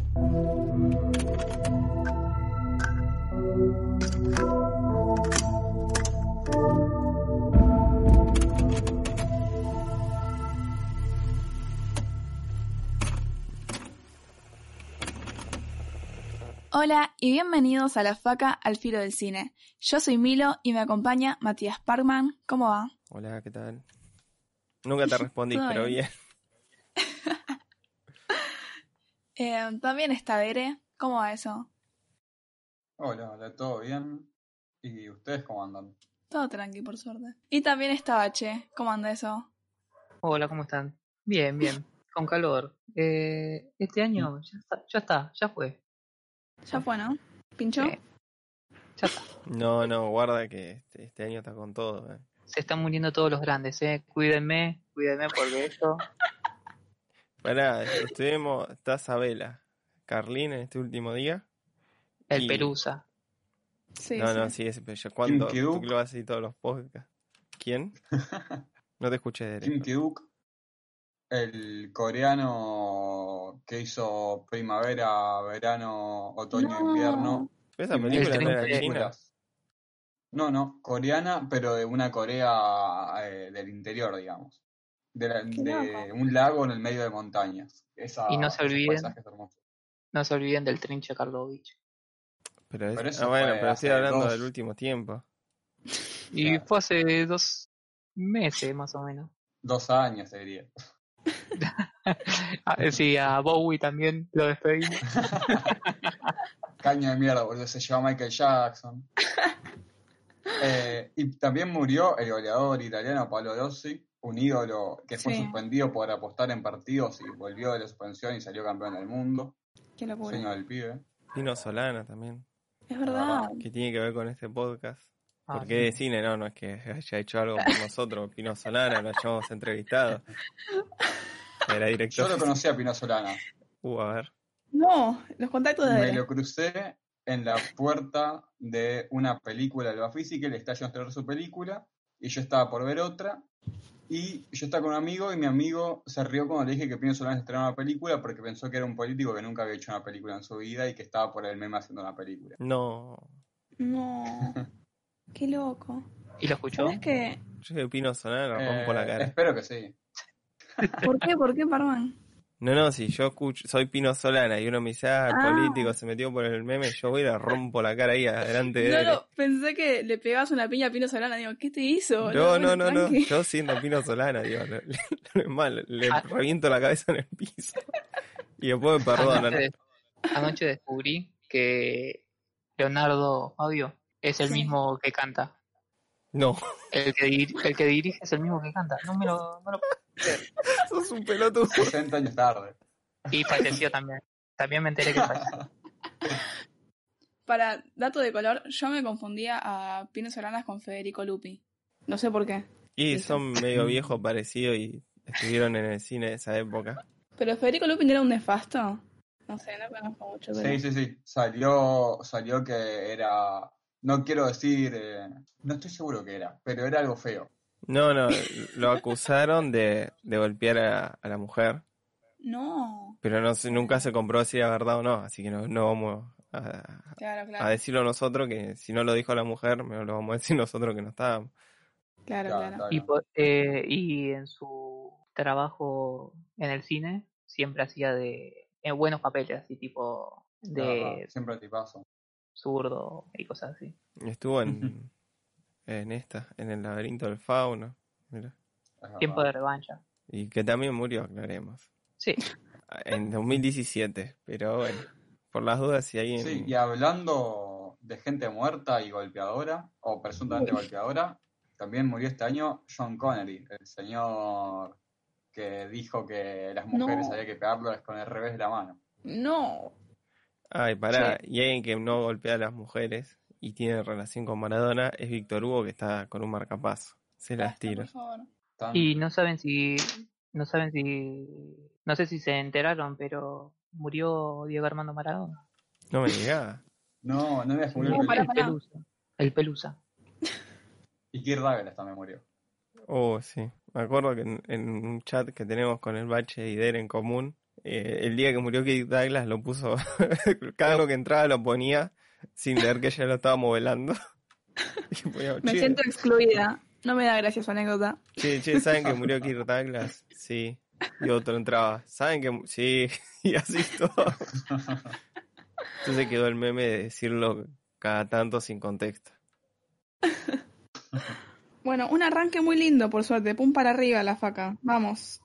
Hola y bienvenidos a La Faca al Filo del Cine. Yo soy Milo y me acompaña Matías Parkman. ¿Cómo va? Hola, ¿qué tal? Nunca te respondí, pero bien. También está Bere. ¿Cómo va eso? Hola, ¿todo bien? ¿Y ustedes cómo andan? Todo tranqui, por suerte. Y también está Bache. ¿Cómo anda eso? Hola, ¿cómo están? Bien, bien, con calor. Este año ya fue. Ya fue, ¿no? ¿Pinchó? Sí, ya está. No, guarda que este año está con todo. Se están muriendo todos los grandes, Cuídenme porque esto... Pará, está Sabela, Carlín en este último día. El Y... Pelusa. Sí, Sí, ese pero Kim ¿cuándo? ¿Tú Ki-duk. que lo vas a decir todos los podcasts? ¿Quién? No te escuché, Derek. Kim Ki-duk, el coreano que hizo primavera, verano, otoño, invierno. ¿Esa Y película muchas no era china? películas. No, coreana, pero de una Corea del interior, digamos. De un lago en el medio de montañas. Y no se Esos olviden, paisajes hermosos. no se olviden del Trinche Karlovich. Pero eso bueno, fue pero estoy hace hablando del último tiempo. Y Claro, fue hace 2 meses, más o menos. 2 años, te diría. Sí, a Bowie también lo despedimos. Caña de mierda, boludo, se llevó a Michael Jackson. Y también murió el goleador italiano Paolo Rossi, un ídolo que fue suspendido por apostar en partidos y volvió de la suspensión y salió campeón del mundo. Qué locura. Sueño del pibe. Pino Solana también, Es verdad. que tiene que ver con este podcast. Ah, Porque sí. de cine, no es que haya hecho algo por nosotros. Pino Solana, lo hayamos entrevistado. Era director. Yo lo conocí a Pino Solana. A ver. No, los contactos de Me Bere. lo crucé en la puerta de una película de Bafisi, que le está yendo a estrenar su película, y yo estaba por ver otra, y yo estaba con un amigo, y mi amigo se rió cuando le dije que Pino Solana estrenaba una película, porque pensó que era un político que nunca había hecho una película en su vida, y que estaba por el meme haciendo una película. No. Qué loco. ¿Y lo escuchó? ¿Sabes qué? Yo que Pino Solana lo rompo la cara. Espero que sí. ¿Por qué, Parman? No, si yo escucho, soy Pino Solana y uno me dice, el político se metió por el meme, yo voy y le rompo la cara ahí adelante de él. No, pensé que le pegabas una piña a Pino Solana. Digo, ¿qué te hizo? No, yo siendo Pino Solana, digo, no es mal, le reviento la cabeza en el piso. Y después me perdonan. Anoche descubrí que Leonardo Fabio es el mismo que canta. No. El que dirige es el mismo que canta. No lo puedo creer. Sos un pelotudo. 60 años tarde. Y falleció también. También me enteré que falleció. Para dato de color, yo me confundía a Pino Solanas con Federico Lupi. No sé por qué. Y son medio viejos parecidos y estuvieron en el cine de esa época. ¿Pero Federico Lupi no era un nefasto? No sé, no conozco mucho. Pero... Sí. Salió que era... No quiero decir... no estoy seguro que era, pero era algo feo. No, lo acusaron de golpear a la mujer. No. Pero nunca se comprobó si era verdad o no, así que no vamos a decirlo nosotros, que si no lo dijo la mujer, lo vamos a decir nosotros que no estábamos. Claro. Y en su trabajo en el cine siempre hacía de buenos papeles, así tipo de siempre tipazo. zurdo y cosas así. Estuvo en el laberinto del fauno. Mira. Tiempo de revancha. Y que también murió, aclaremos. Sí. En 2017, pero bueno, por las dudas si alguien... Sí, y hablando de gente muerta y golpeadora, o presuntamente golpeadora, también murió este año John Connery, el señor que dijo que las mujeres había que pegarlas con el revés de la mano. No. Ay, pará, y alguien que no golpea a las mujeres y tiene relación con Maradona es Víctor Hugo, que está con un marcapaso. Se las tiro. Y no sé si se enteraron, pero murió Diego Armando Maradona. No me digas. No me murió el Pelusa. Y Kirk Douglas también murió. Oh, sí. Me acuerdo que en un chat que tenemos con el Bache y Der en común, el día que murió Kirk Douglas lo puso, cada uno que entraba lo ponía sin leer que ya lo estábamos velando. Me siento excluida, no me da gracia su anécdota. Che, ¿saben que murió Kirk Douglas? Sí. Y otro entraba, ¿saben que sí? Y así todo. Entonces quedó el meme de decirlo cada tanto sin contexto. Bueno, un arranque muy lindo, por suerte. Pum para arriba la faca. Vamos.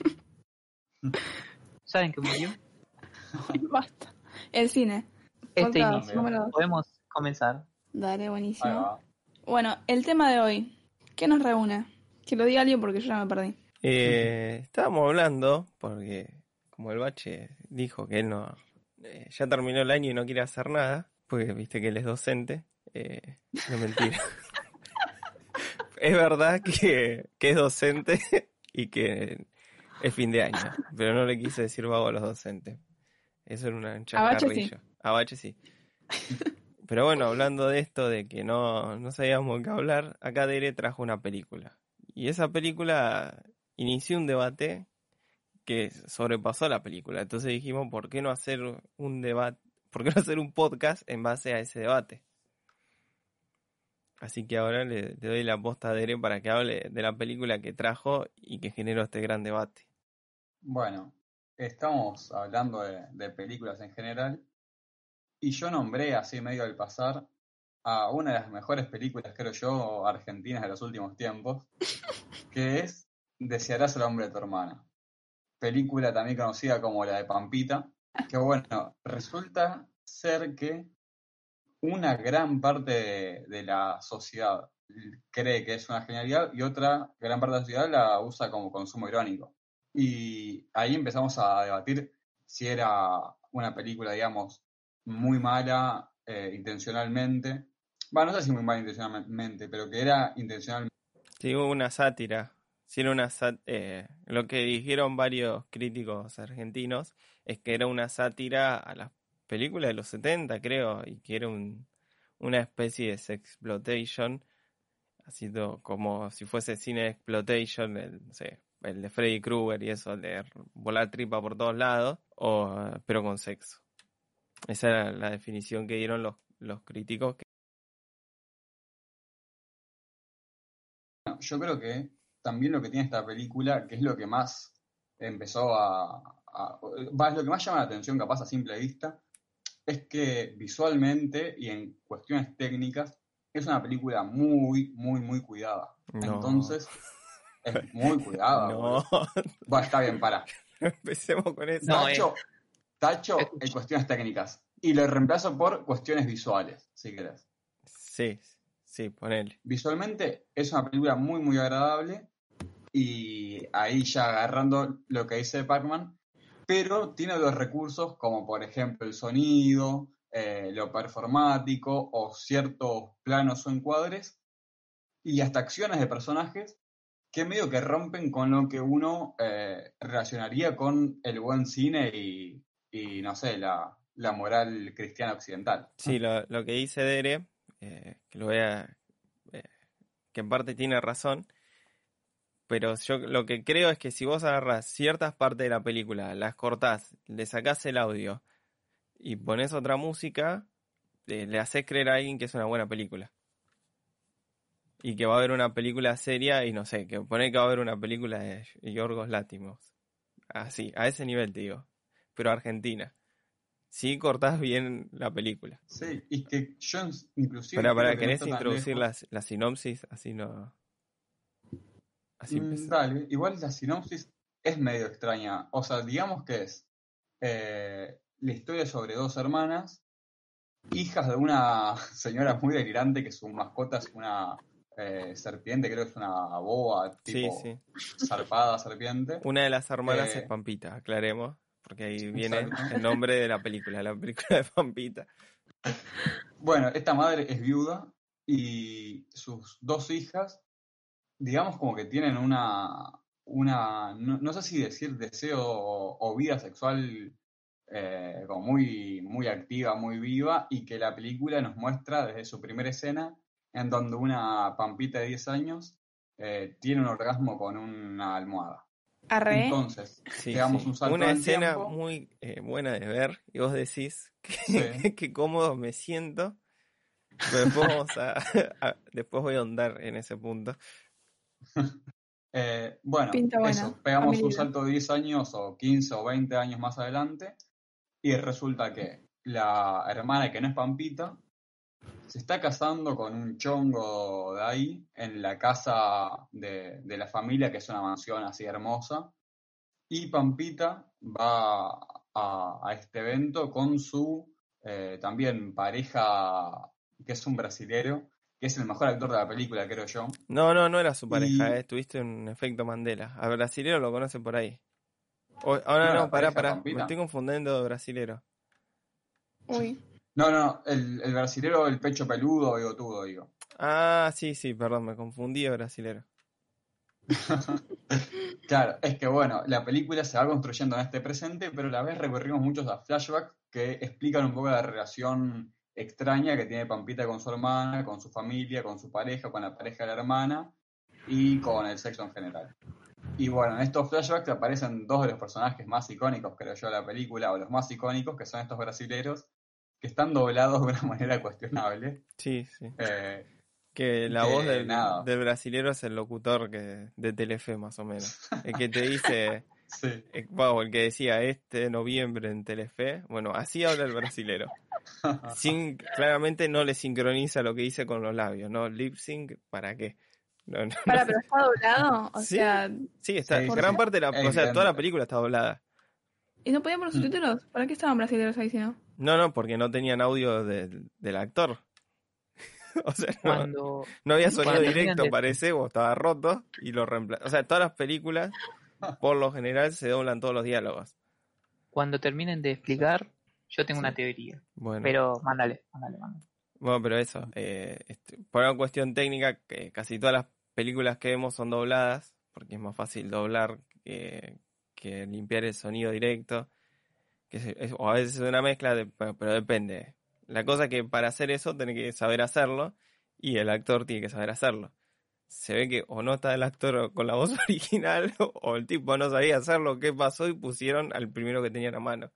¿Saben que murió? Basta. El cine. Este Podcast inicio. Podemos comenzar. Dale, buenísimo. Bueno, el tema de hoy. ¿Qué nos reúne? Que lo diga alguien porque yo ya me perdí. Estábamos hablando, porque como el Bache dijo que él no ya terminó el año y no quiere hacer nada, porque viste que él es docente. No, mentira. Es verdad que es docente y que es fin de año, pero no le quise decir vago a los docentes. Eso era una chascarrillo. A Bache sí. Pero bueno, hablando de esto, de que no sabíamos qué hablar, acá Dere trajo una película. Y esa película inició un debate que sobrepasó la película. Entonces dijimos, ¿por qué no hacer un debate? ¿Por qué no hacer un podcast en base a ese debate? Así que ahora le doy la posta a Dere para que hable de la película que trajo y que generó este gran debate. Bueno, estamos hablando de películas en general y yo nombré así medio al pasar a una de las mejores películas, creo yo, argentinas de los últimos tiempos, que es Desearás al hombre de tu hermana. Película también conocida como la de Pampita, que bueno, resulta ser que una gran parte de la sociedad cree que es una genialidad y otra gran parte de la sociedad la usa como consumo irónico. Y ahí empezamos a debatir si era una película, digamos, muy mala intencionalmente. Bueno, no sé si muy mala intencionalmente, pero que era intencionalmente. Sí, hubo una sátira. Sí, era una lo que dijeron varios críticos argentinos es que era una sátira a las películas de los 70, creo, y que era una especie de sexploitation, así como si fuese cine exploitation, no sé, el de Freddy Krueger y eso, el de volar tripa por todos lados, pero con sexo. Esa era la definición que dieron los críticos. Yo creo que también lo que tiene esta película, que es lo que más empezó es lo que más llama la atención capaz a simple vista, es que visualmente y en cuestiones técnicas es una película muy, muy, muy cuidada. No. Entonces, es muy cuidada. No. Bueno, está bien, pará. Empecemos con eso. Tacho en cuestiones técnicas. Y lo reemplazo por cuestiones visuales, si querés. Sí, ponele. Visualmente es una película muy, muy agradable. Y ahí ya agarrando lo que dice Pac-Man, pero tiene los recursos como por ejemplo el sonido, lo performático o ciertos planos o encuadres y hasta acciones de personajes que medio que rompen con lo que uno relacionaría con el buen cine y no sé, la moral cristiana occidental. Sí, lo que dice Dere, que lo voy a... que en parte tiene razón, pero yo lo que creo es que si vos agarrás ciertas partes de la película, las cortás, le sacás el audio y pones otra música, le haces creer a alguien que es una buena película. Y que va a haber una película seria y no sé, que pone que va a haber una película de Yorgos Lanthimos. Así, a ese nivel te digo. Pero Argentina. Sí cortás bien la película. Sí, y que yo inclusive... Para ¿querés introducir la sinopsis? Así no... Así dale, igual la sinopsis es medio extraña. O sea, digamos que es la historia sobre dos hermanas, hijas de una señora muy delirante que su mascota es una serpiente, creo que es una boa, tipo zarpada serpiente. Una de las hermanas es Pampita, aclaremos, porque ahí viene el nombre de la película de Pampita. Bueno, esta madre es viuda y sus dos hijas, digamos como que tienen una no sé si decir deseo o vida sexual como muy, muy activa, muy viva, y que la película nos muestra desde su primera escena en donde una Pampita de 10 años tiene un orgasmo con una almohada. Arre. Entonces, Sí, pegamos sí. un salto Una en el escena tiempo. muy buena de ver, y vos decís Sí. que cómodo me siento, pero después después voy a ahondar en ese punto. Bueno, Pinta buena. eso, pegamos un Familia. salto de 10 años o 15 o 20 años más adelante y resulta que la hermana que no es Pampita se está casando con un chongo de ahí en la casa de la familia, que es una mansión así hermosa, y Pampita va a este evento con su también pareja, que es un brasilero, que es el mejor actor de la película, creo yo. No era su pareja, Y tuviste un efecto Mandela. A brasilero lo conoce por ahí. ¿no Ahora era no, la pareja de me estoy Pampita? confundiendo de brasilero. Uy. No, el brasilero, el pecho peludo, bigotudo, digo. Ah, sí, perdón, me confundí de brasilero. Claro, es que bueno, la película se va construyendo en este presente, pero a la vez recorrimos muchos flashbacks que explican un poco la relación extraña que tiene Pampita con su hermana, con su familia, con su pareja, con la pareja de la hermana y con el sexo en general. Y bueno, en estos flashbacks aparecen dos de los personajes más icónicos, creo yo, de la película, o los más icónicos, que son estos brasileros, que están doblados de una manera cuestionable. Sí. Eh, Que la voz que nada, del brasilero es el locutor de Telefe, más o menos. El que te dice, sí. el que decía este noviembre en Telefe, bueno, así habla el brasilero. Claramente no le sincroniza lo que dice con los labios, ¿no? Lip sync, ¿para qué? No. Para, pero está doblado. O Sí, sea, sí, está. Sí, ¿por sí, qué? Gran parte de es o sea, toda la evidente. película está doblada. ¿Y no podían poner Mm. subtítulos? ¿Para qué estaban brasileños ahí si no? No, porque no tenían audio del actor. O sea, Cuando, no había sonido cuando terminan directo, de, parece, o estaba roto y lo reemplazaron. O sea, todas las películas, por lo general, se doblan todos los diálogos. cuando terminen de explicar, yo tengo Sí. una teoría. Bueno, Pero mándale. pero eso, por una cuestión técnica, que casi todas las películas que vemos son dobladas, porque es más fácil doblar que limpiar el sonido directo, o a veces es una mezcla, pero depende. La cosa es que para hacer eso tenés que saber hacerlo y el actor tiene que saber hacerlo. Se ve que o no está el actor con la voz original o el tipo no sabía hacerlo, qué pasó y pusieron al primero que tenían a mano.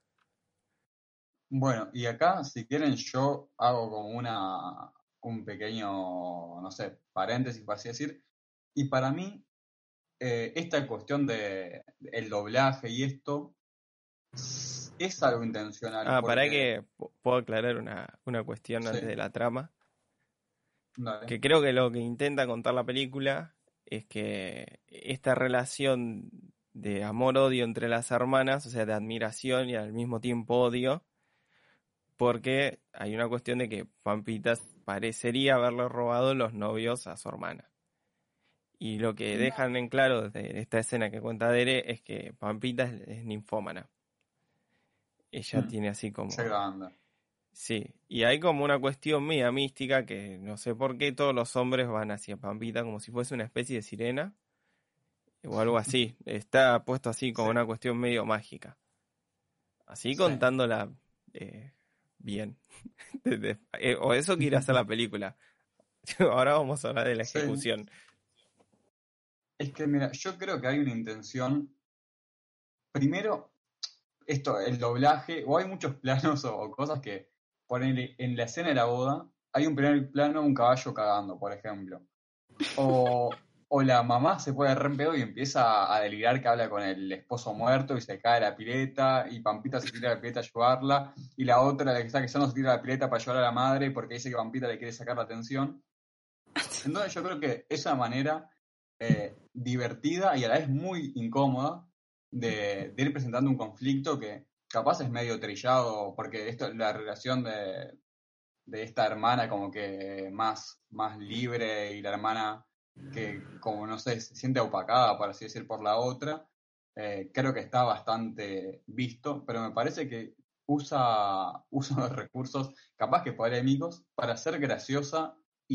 Bueno, y acá, si quieren, yo hago como un pequeño, no sé, paréntesis, por así decir. Y para mí, esta cuestión de el doblaje y esto es algo intencional, Para porque, que puedo aclarar una cuestión sí, antes de la trama, dale. que creo que lo que intenta contar la película es que esta relación de amor-odio entre las hermanas, o sea, de admiración y al mismo tiempo odio, porque hay una cuestión de que Pampita parecería haberle robado los novios a su hermana. Y lo que dejan en claro de esta escena que cuenta Dere es que Pampita es ninfómana. Ella Mm, tiene así como... exactamente. Sí, y hay como una cuestión media mística que no sé por qué todos los hombres van hacia Pampita como si fuese una especie de sirena o algo así. Está puesto así como Sí, una cuestión medio mágica. Así sí. contándola bien. O eso quiere hacer la película. Ahora vamos a hablar de la Sí. ejecución. Es que, mira, yo creo que hay una intención. Primero, esto, el doblaje, o hay muchos planos o cosas que, ponele, en la escena de la boda, hay un primer plano, un caballo cagando, por ejemplo. O la mamá se pone re en pedo y empieza a delirar que habla con el esposo muerto y se cae a la pileta y Pampita se tira a la pileta a ayudarla y la otra, la que está que ya no se tira a la pileta para ayudar a la madre porque dice que Pampita le quiere sacar la atención. Entonces yo creo que es una manera divertida y a la vez muy incómoda de ir presentando un conflicto que capaz es medio trillado porque esto, la relación de esta hermana como que más libre y la hermana que como no sé, se siente opacada, por así decir, por la otra, creo que está bastante visto, pero me parece que usa los recursos, capaz que polémicos, para ser graciosa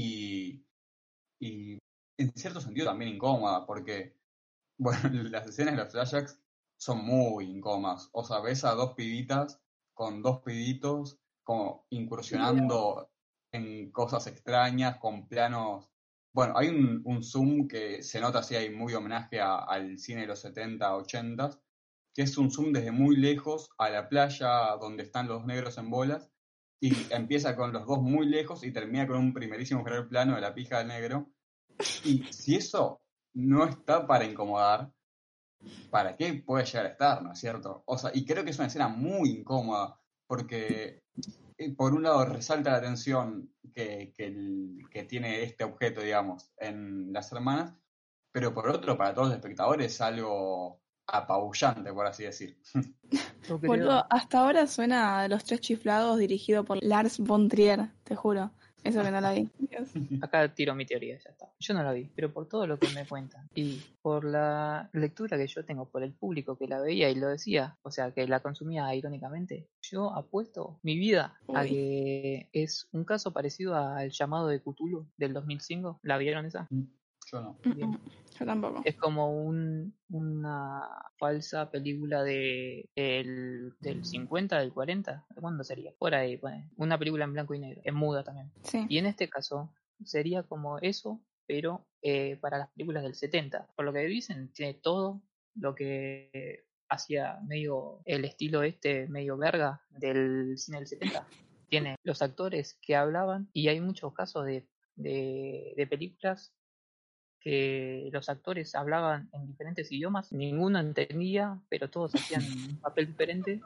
y en cierto sentido también incómoda, porque bueno, las escenas de los flashbacks son muy incómodas. O sea, ves a dos pibitas con dos pibitos como Dios. incursionando en cosas extrañas, con planos Bueno, hay un zoom que se nota así, hay muy homenaje al cine de los 70, 80, que es un zoom desde muy lejos a la playa donde están los negros en bolas, y empieza con los dos muy lejos y termina con un primerísimo primer plano de la pija del negro. Y si eso no está para incomodar, ¿para qué puede llegar a estar, no es cierto? O sea, y creo que es una escena muy incómoda, porque por un lado resalta la tensión que tiene este objeto, digamos, en las hermanas, pero por otro, para todos los espectadores es algo apabullante, por así decir. Yo Boludo, creo, hasta ahora suena a Los Tres Chiflados dirigido por Lars von Trier, te juro. Eso que no la vi. Dios. acá tiro mi teoría, ya está. Yo no la vi, pero por todo lo que me cuentan y por la lectura que yo tengo, por el público que la veía y lo decía, o sea, que la consumía irónicamente, yo apuesto mi vida a Uy. que es un caso parecido al llamado de Cthulhu del 2005. ¿La vieron esa? Yo no. Bien. Yo tampoco. Es como una falsa película del 50, del 40. ¿De cuándo sería? Por ahí, bueno, una película en blanco y negro, en muda también. Sí. Y en este caso sería como eso, pero para las películas del 70. Por lo que dicen, tiene todo lo que hacía medio el estilo medio verga del cine del 70. Tiene los actores que hablaban y hay muchos casos de películas que los actores hablaban en diferentes idiomas, ninguno entendía, pero todos hacían un papel diferente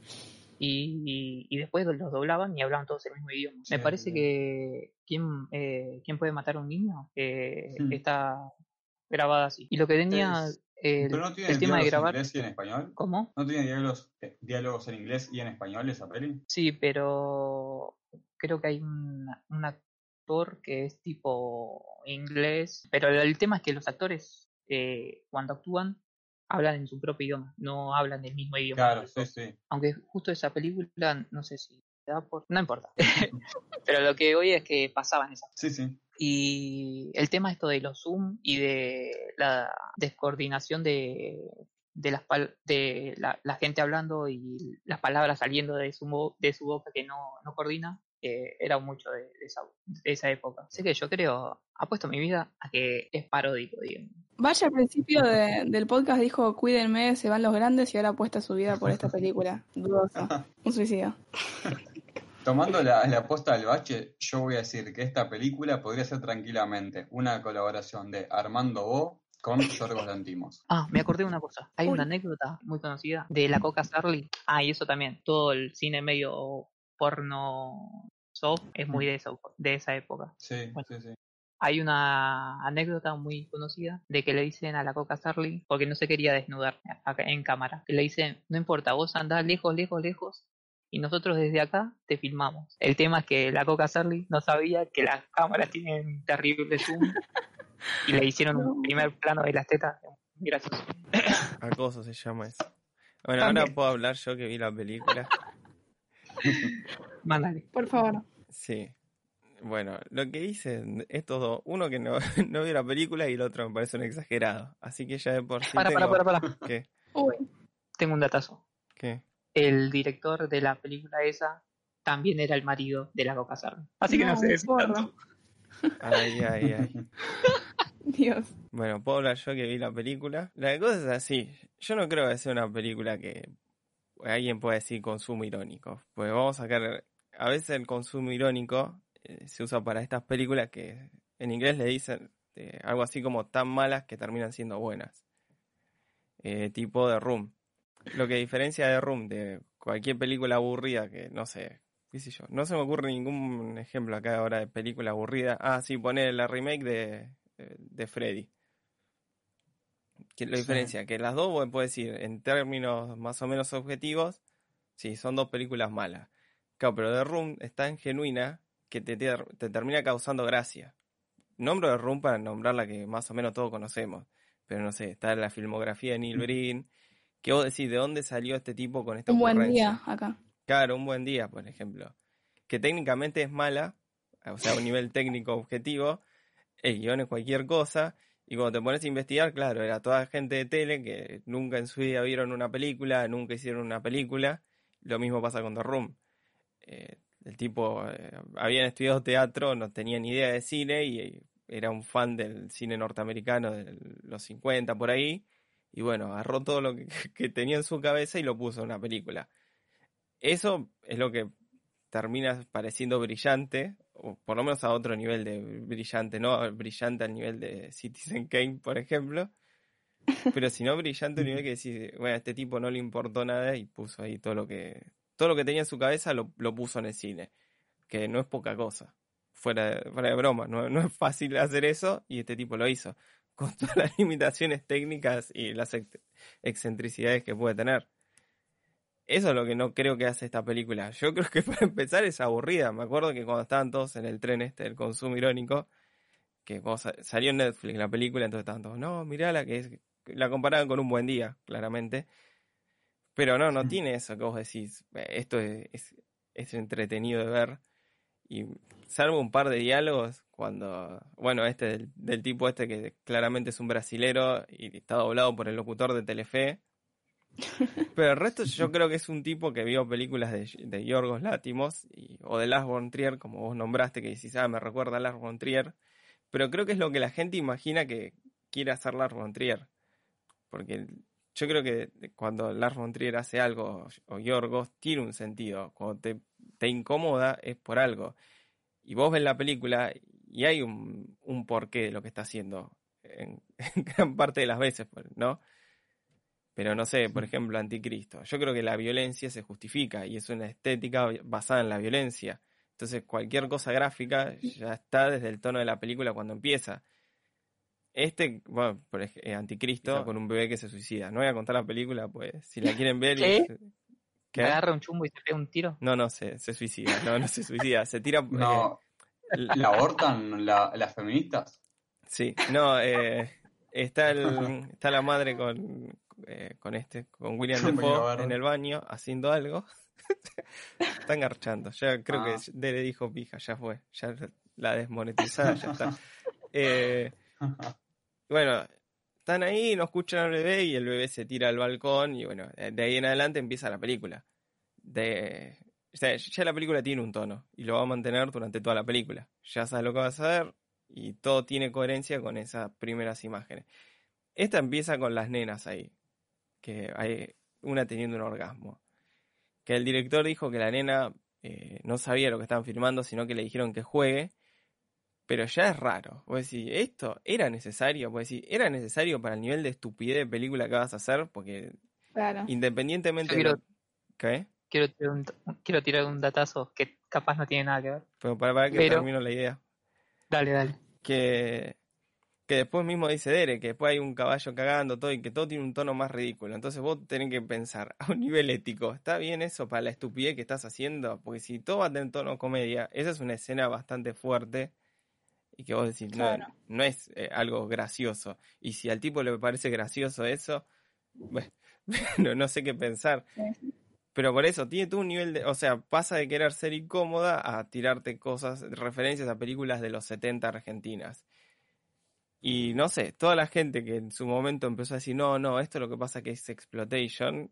y después los doblaban y hablaban todos el mismo idioma. Sí, Me parece sí. que ¿Quién puede matar a un niño? Está grabada así. Y lo que tenía ¿Pero no tiene el tema de diálogos en grabar, inglés y en español? ¿cómo? ¿No tiene diálogos en inglés y en español esa peli? Sí, pero creo que hay un actor que es tipo inglés, pero el tema es que los actores cuando actúan hablan en su propio idioma, no hablan el mismo idioma Claro, entre sí, todos. sí. Aunque justo esa película, no sé si te da por... No importa. Pero lo que voy es que pasaban esas. Sí, sí. Y el tema esto de los Zoom y de la descoordinación de la gente hablando y las palabras saliendo de su boca que no coordina, era mucho de esa época. Así que yo creo, apuesto mi vida a que es paródico, digamos. Vaya, al principio del podcast dijo, cuídenme, se van los grandes, y ahora apuesta su vida por esta película. Dudoso. Un suicidio. Tomando la posta del bache, yo voy a decir que esta película podría ser tranquilamente una colaboración de Armando Bo con Yorgos Lanthimos. Ah, me acordé de una cosa. Hay Uy. una anécdota muy conocida de la Coca Sarli. Ah, y eso también. Todo el cine medio porno soft es muy de esa época. Sí, Bueno, sí, sí. hay una anécdota muy conocida de que le dicen a la Coca Sarli, porque no se quería desnudar acá en cámara, que le dicen, no importa, vos andás lejos, lejos, lejos, y nosotros desde acá te filmamos. El tema es que la Coca Sarli no sabía que las cámaras tienen terrible zoom y le hicieron No. un primer plano de las tetas. Gracioso. Acoso se llama eso. Bueno, También. ahora puedo hablar yo que vi la película. Mándale. Por favor. Sí. Bueno, lo que hice estos dos, uno que no, no vio la película y el otro me parece un exagerado. Así que ya de por sí Para. ¿Qué? Uy. Tengo un datazo. ¿Qué? El director de la película esa también era el marido de la Coca Sarli. Así que no sé decir porra. tanto. Ay, ay, ay. Dios. Bueno, puedo hablar yo que vi la película. La cosa es así. Yo no creo que sea una película que alguien pueda decir consumo irónico. Pues vamos a sacar... A veces el consumo irónico se usa para estas películas que en inglés le dicen algo así como tan malas que terminan siendo buenas. Tipo de Room. Lo que diferencia de Room de cualquier película aburrida que, no sé, qué sé yo. No se me ocurre ningún ejemplo acá ahora de película aburrida. Ah, sí, poner la remake de Freddy. Que la Sí. diferencia, que las dos, vos podés decir, en términos más o menos objetivos, sí, son dos películas malas. Claro, pero The Room es tan genuina que te termina causando gracia. Nombro The Room para nombrar la que más o menos todos conocemos. Pero no sé, está en la filmografía de Neil Breen. Que vos decís, ¿de dónde salió este tipo con esta Un buen ocurrencia? día acá. Claro, Un buen día, por ejemplo. Que técnicamente es mala, o sea, a un nivel técnico objetivo. El guión es cualquier cosa. Y cuando te pones a investigar, claro, era toda gente de tele que nunca en su vida vieron una película, nunca hicieron una película. Lo mismo pasa con The Room. El tipo habían estudiado teatro, no tenían ni idea de cine y era un fan del cine norteamericano de los 50 por ahí, y bueno, agarró todo lo que tenía en su cabeza y lo puso en una película. Eso es lo que termina pareciendo brillante, o por lo menos a otro nivel de brillante, no brillante al nivel de Citizen Kane, por ejemplo, pero si no brillante al nivel que decís, bueno, a este tipo no le importó nada y puso ahí todo lo que tenía en su cabeza lo puso en el cine, que no es poca cosa, fuera de broma, no es fácil hacer eso y este tipo lo hizo, con todas las limitaciones técnicas y las excentricidades que puede tener. Eso es lo que no creo que hace esta película. Yo creo que para empezar es aburrida. Me acuerdo que cuando estaban todos en el tren del consumo irónico, que cuando salió en Netflix la película, entonces estaban todos, no, mirala, la comparaban con Un Buen Día, claramente. Pero no tiene eso que vos decís, esto es entretenido de ver. Y salvo un par de diálogos, bueno, del tipo que claramente es un brasilero y está doblado por el locutor de Telefe. Pero el resto yo creo que es un tipo que vio películas de Yorgos Lanthimos o de Lars von Trier, como vos nombraste, que decís, me recuerda a Lars von Trier. Pero creo que es lo que la gente imagina que quiere hacer Lars von Trier. Porque yo creo que cuando Lars von Trier hace algo, o Yorgos, tiene un sentido. Cuando te incomoda es por algo. Y vos ves la película y hay un porqué de lo que está haciendo. En gran parte de las veces, ¿no? Pero no sé, por ejemplo, Anticristo. Yo creo que la violencia se justifica y es una estética basada en la violencia. Entonces cualquier cosa gráfica ya está desde el tono de la película cuando empieza. Bueno, Anticristo con un bebé que se suicida. No voy a contar la película, pues si la quieren ver... ¿Qué? ¿Agarra un chumbo y se pega un tiro? No, se suicida. No se suicida. Se tira... No, ¿la abortan las feministas? Sí, no, está la madre con William Dafoe en el baño haciendo algo. Está engarchando. Ya creo que Dere dijo pija, ya fue. Ya la desmonetizada, ya está. Bueno, están ahí, no escuchan al bebé y el bebé se tira al balcón y bueno, de ahí en adelante empieza la película. O sea, ya la película tiene un tono y lo va a mantener durante toda la película. Ya sabes lo que vas a ver y todo tiene coherencia con esas primeras imágenes. Esta empieza con las nenas ahí, que hay una teniendo un orgasmo. Que el director dijo que la nena no sabía lo que estaban filmando, sino que le dijeron que juegue. Pero ya es raro. Vos decís, ¿esto era necesario? Vos decís, ¿era necesario para el nivel de estupidez de película que vas a hacer? Porque claro, independientemente ¿qué? Quiero tirar un datazo que capaz no tiene nada que ver. Pero para que termino la idea. Dale. Que después mismo dice Dere, que después hay un caballo cagando todo y que todo tiene un tono más ridículo. Entonces vos tenés que pensar, a un nivel ético, ¿está bien eso para la estupidez que estás haciendo? Porque si todo va a tener tono comedia, esa es una escena bastante fuerte y que vos decís, claro, no es algo gracioso. Y si al tipo le parece gracioso eso, bueno, no sé qué pensar. Sí. Pero por eso, tiene todo un nivel de... O sea, pasa de querer ser incómoda a tirarte cosas, referencias a películas de los 70 argentinas. Y no sé, toda la gente que en su momento empezó a decir, no, esto lo que pasa que es exploitation,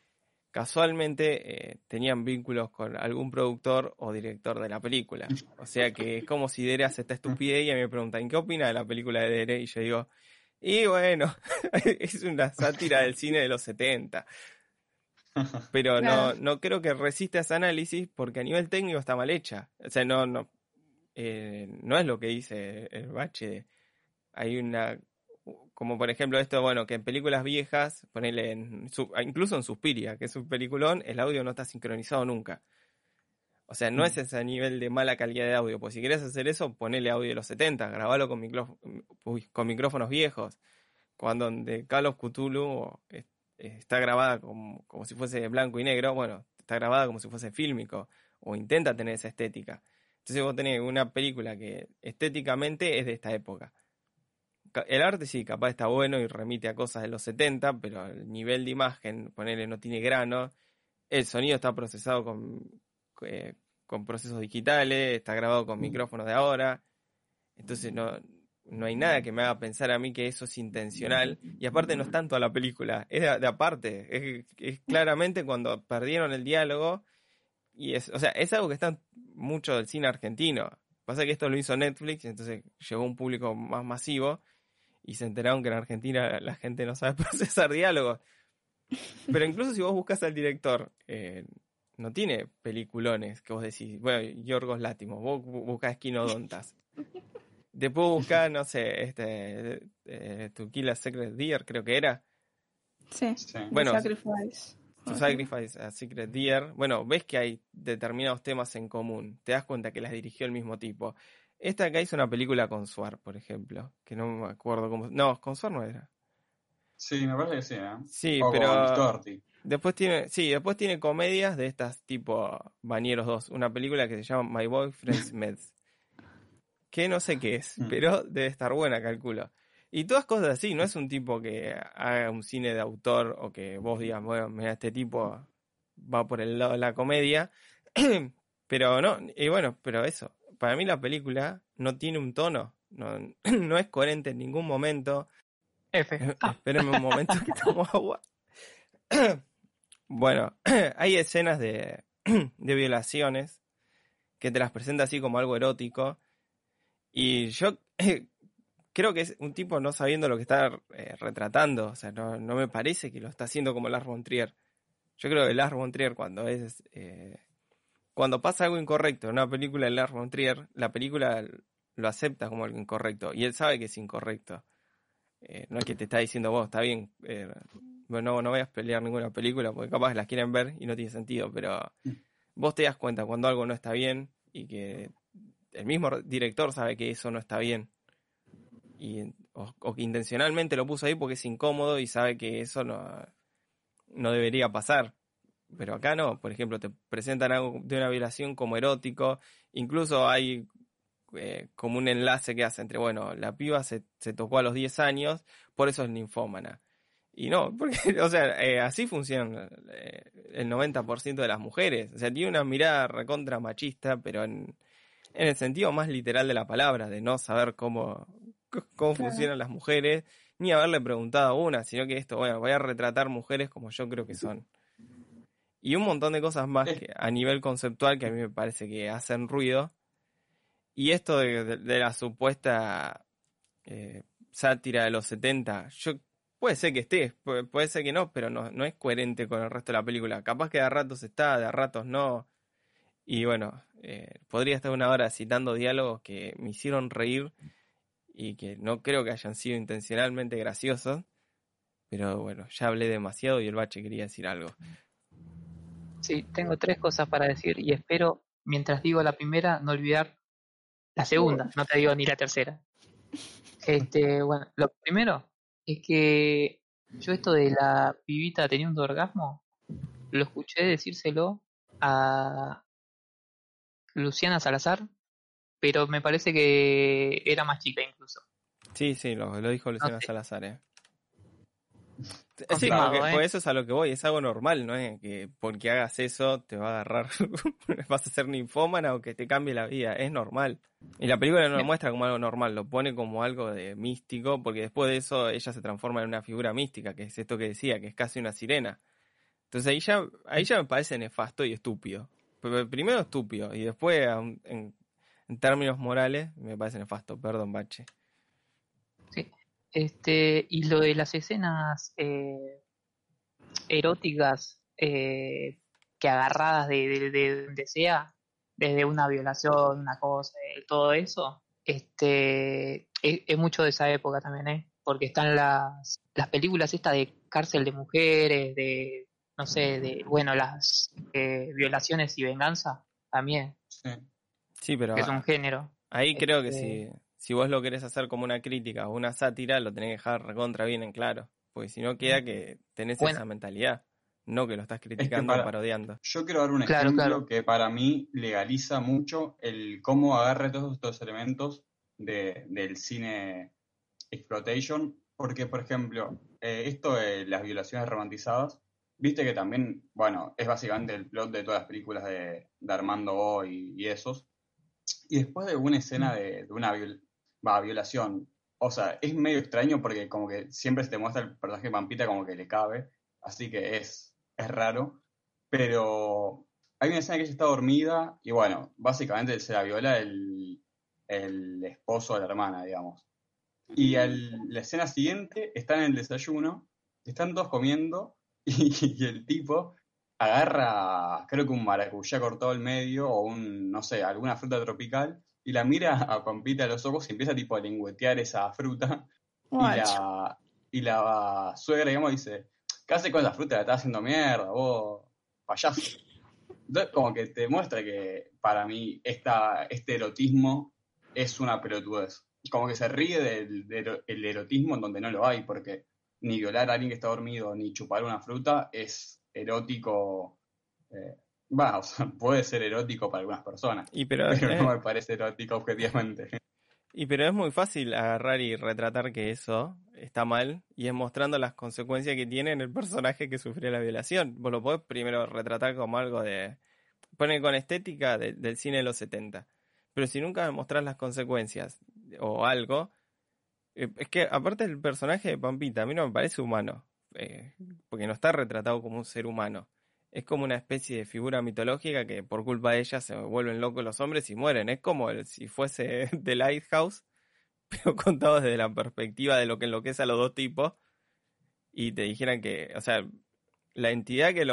casualmente tenían vínculos con algún productor o director de la película. O sea que es como si Dere hace esta estupidez y a mí me preguntan, ¿qué opina de la película de Dere? Y yo digo, y bueno, es una sátira del cine de los 70. Pero claro, no creo que resista ese análisis porque a nivel técnico está mal hecha. O sea, no es lo que dice el bache. Hay como por ejemplo esto, bueno, que en películas viejas, ponele incluso en Suspiria, que es un peliculón, el audio no está sincronizado nunca. O sea, no es ese nivel de mala calidad de audio. Pues si querés hacer eso, ponele audio de los 70, grabalo con micrófonos viejos. Cuando de Call of Cthulhu está grabada como si fuese blanco y negro, bueno, está grabada como si fuese fílmico, o intenta tener esa estética. Entonces vos tenés una película que estéticamente es de esta época. El arte sí, capaz está bueno y remite a cosas de los 70, pero el nivel de imagen, ponele, no tiene grano. El sonido está procesado con procesos digitales, está grabado con micrófonos de ahora. Entonces no hay nada que me haga pensar a mí que eso es intencional. Y aparte no es tanto a la película, es de aparte. Es claramente cuando perdieron el diálogo. Y es algo que está mucho del cine argentino. Pasa que esto lo hizo Netflix, entonces llegó a un público más masivo y se enteraron que en Argentina la gente no sabe procesar diálogos. Pero incluso si vos buscas al director, no tiene peliculones que vos decís, bueno, Yorgos Látimos, vos buscás Esquinodontas. Después buscás, no sé, To Kill a Secret Deer, creo que era. Sí, Sí. Bueno, Sacrifice. To Sacrifice a Secret Deer. Bueno, ves que hay determinados temas en común. Te das cuenta que las dirigió el mismo tipo. Esta acá hizo una película con Suar, por ejemplo, que no me acuerdo cómo... No, con Suar no era. Sí, me parece que sí, ¿eh? Sí, O con pero Storti. después tiene comedias de estas tipo Bañeros 2, una película que se llama My Boyfriend's Meds, que no sé qué es, pero debe estar buena, calculo. Y todas cosas así, no es un tipo que haga un cine de autor o que vos digas, bueno, mira, este tipo va por el lado de la comedia, pero no, y bueno, pero eso, para mí la película no tiene un tono, no, no es coherente en ningún momento. F. Espérenme un momento que tomo agua. Bueno, hay escenas de violaciones que te las presenta así como algo erótico. Y yo creo que es un tipo no sabiendo lo que está retratando. O sea, no me parece que lo está haciendo como Lars von Trier. Yo creo que Lars von Trier cuando pasa algo incorrecto en una película de Lars von Trier, la película lo acepta como algo incorrecto. Y él sabe que es incorrecto. No es que te está diciendo vos, está bien, bueno, no vayas a pelear ninguna película porque capaz las quieren ver y no tiene sentido, pero vos te das cuenta cuando algo no está bien y que el mismo director sabe que eso no está bien o que intencionalmente lo puso ahí porque es incómodo y sabe que eso no debería pasar. Pero acá no, por ejemplo, te presentan algo de una violación como erótico, incluso hay como un enlace que hace entre, bueno, la piba se tocó a los 10 años, por eso es ninfómana. Y no, porque, o sea, así funcionan el 90% de las mujeres. O sea, tiene una mirada recontra machista, pero en el sentido más literal de la palabra, de no saber cómo funcionan las mujeres, ni haberle preguntado a una, sino que esto, bueno, voy a retratar mujeres como yo creo que son. Y un montón de cosas más que a nivel conceptual que a mí me parece que hacen ruido. Y esto de la supuesta sátira de los 70, puede ser que esté, puede ser que no, pero no es coherente con el resto de la película. Capaz que de a ratos está, de a ratos no. Y bueno, podría estar una hora citando diálogos que me hicieron reír y que no creo que hayan sido intencionalmente graciosos. Pero bueno, ya hablé demasiado y el bache quería decir algo. Sí, tengo 3 cosas para decir y espero, mientras digo la primera, no olvidar la segunda, no te digo ni la tercera. Bueno, lo primero es que yo esto de la pibita teniendo orgasmo, lo escuché decírselo a Luciana Salazar, pero me parece que era más chica incluso. Sí, lo dijo Luciana sé. Salazar, Sí, Confirmado, porque eso es a lo que voy, es algo normal, ¿no? Que porque hagas eso te va a agarrar, vas a ser ninfómana o que te cambie la vida, es normal. Y la película no lo Bien. muestra como algo normal, lo pone como algo de místico, porque después de eso ella se transforma en una figura mística, que es esto que decía, que es casi una sirena. Entonces ahí ya me parece nefasto y estúpido. Primero estúpido y después en términos morales me parece nefasto, perdón, Bache. Sí. Y lo de las escenas eróticas que agarradas de donde sea, desde una violación, una cosa, todo eso, es mucho de esa época también, porque están las películas estas de cárcel de mujeres, de, no sé, bueno, las violaciones y venganza, también, Sí. Sí, pero que es un género. ahí creo que Este, si vos lo querés hacer como una crítica o una sátira, lo tenés que dejar recontra bien en claro. Porque si no queda que tenés bueno, esa mentalidad, no que lo estás Es que criticando o parodiando. yo quiero dar un claro, ejemplo claro. que para mí legaliza mucho el cómo agarre todos estos elementos del cine exploitation, porque por ejemplo, esto de las violaciones romantizadas, viste que también, bueno, es básicamente el plot de todas las películas de Armando Bo y esos, y después de una escena de una violación, o sea, es medio extraño porque como que siempre se te muestra el personaje de Pampita como que le cabe, así que es raro, pero hay una escena que ella está dormida y bueno, básicamente se la viola el esposo de la hermana, digamos. Y la escena siguiente están en el desayuno, están todos comiendo y el tipo agarra, creo que un maracuyá cortado al medio o no sé, alguna fruta tropical y la mira a Pampita a los ojos y empieza tipo a lengüetear esa fruta y Guacho. la suegra, digamos, dice, ¿qué haces con esa fruta? La estás haciendo mierda, vos, payaso. Entonces, como que te muestra que para mí este erotismo es una pelotudez. Como que se ríe del erotismo en donde no lo hay, porque ni violar a alguien que está dormido, ni chupar una fruta es erótico. O sea, puede ser erótico para algunas personas, Pero pero no me parece erótico objetivamente. pero es muy fácil agarrar y retratar que eso está mal y es mostrando las consecuencias que tiene en el personaje que sufrió la violación. Vos lo podés primero retratar como algo de... Poner con estética del cine de los 70. Pero si nunca me mostrás las consecuencias o algo... es que aparte el personaje de Pampita a mí no me parece humano. Porque no está retratado como un ser humano. Es como una especie de figura mitológica que por culpa de ella se vuelven locos los hombres y mueren. Es como si fuese The Lighthouse, pero contado desde la perspectiva de lo que enloquece a los dos tipos. Y te dijeran que, o sea, la entidad que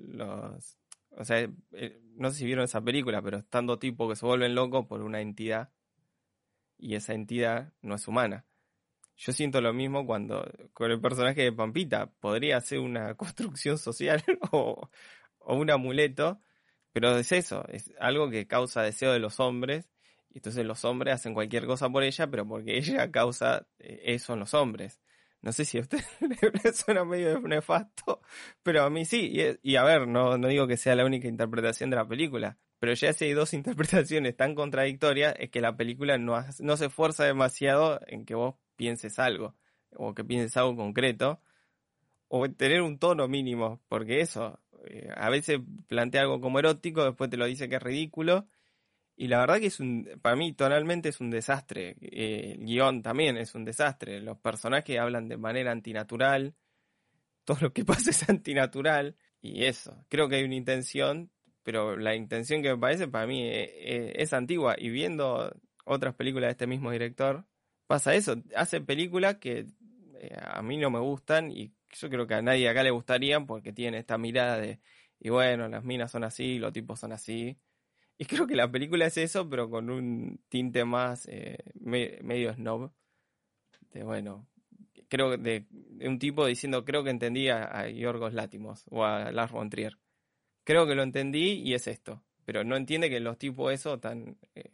o sea, no sé si vieron esa película, pero están dos tipos que se vuelven locos por una entidad y esa entidad no es humana. Yo siento lo mismo con el personaje de Pampita. Podría ser una construcción social o un amuleto, pero es eso, es algo que causa deseo de los hombres, y entonces los hombres hacen cualquier cosa por ella, pero porque ella causa eso en los hombres. No sé si a usted le suena medio nefasto, pero a mí sí. Y a ver, no digo que sea la única interpretación de la película, pero ya si hay dos interpretaciones tan contradictorias, es que la película no se esfuerza demasiado en que vos pienses algo, o que pienses algo concreto, o tener un tono mínimo, porque eso, a veces plantea algo como erótico, después te lo dice que es ridículo, y la verdad que para mí tonalmente es un desastre, el guión también es un desastre, los personajes hablan de manera antinatural, todo lo que pasa es antinatural, y eso, creo que hay una intención, pero la intención que me parece para mí es antigua, y viendo otras películas de este mismo director, pasa eso, hace películas que a mí no me gustan y yo creo que a nadie acá le gustarían porque tiene esta mirada de, y bueno, las minas son así, los tipos son así. Y creo que la película es eso, pero con un tinte más medio snob. De bueno, creo de un tipo diciendo, creo que entendí a Yorgos Látimos o a Lars von Trier. Creo que lo entendí y es esto. Pero no entiende que los tipos eso tan...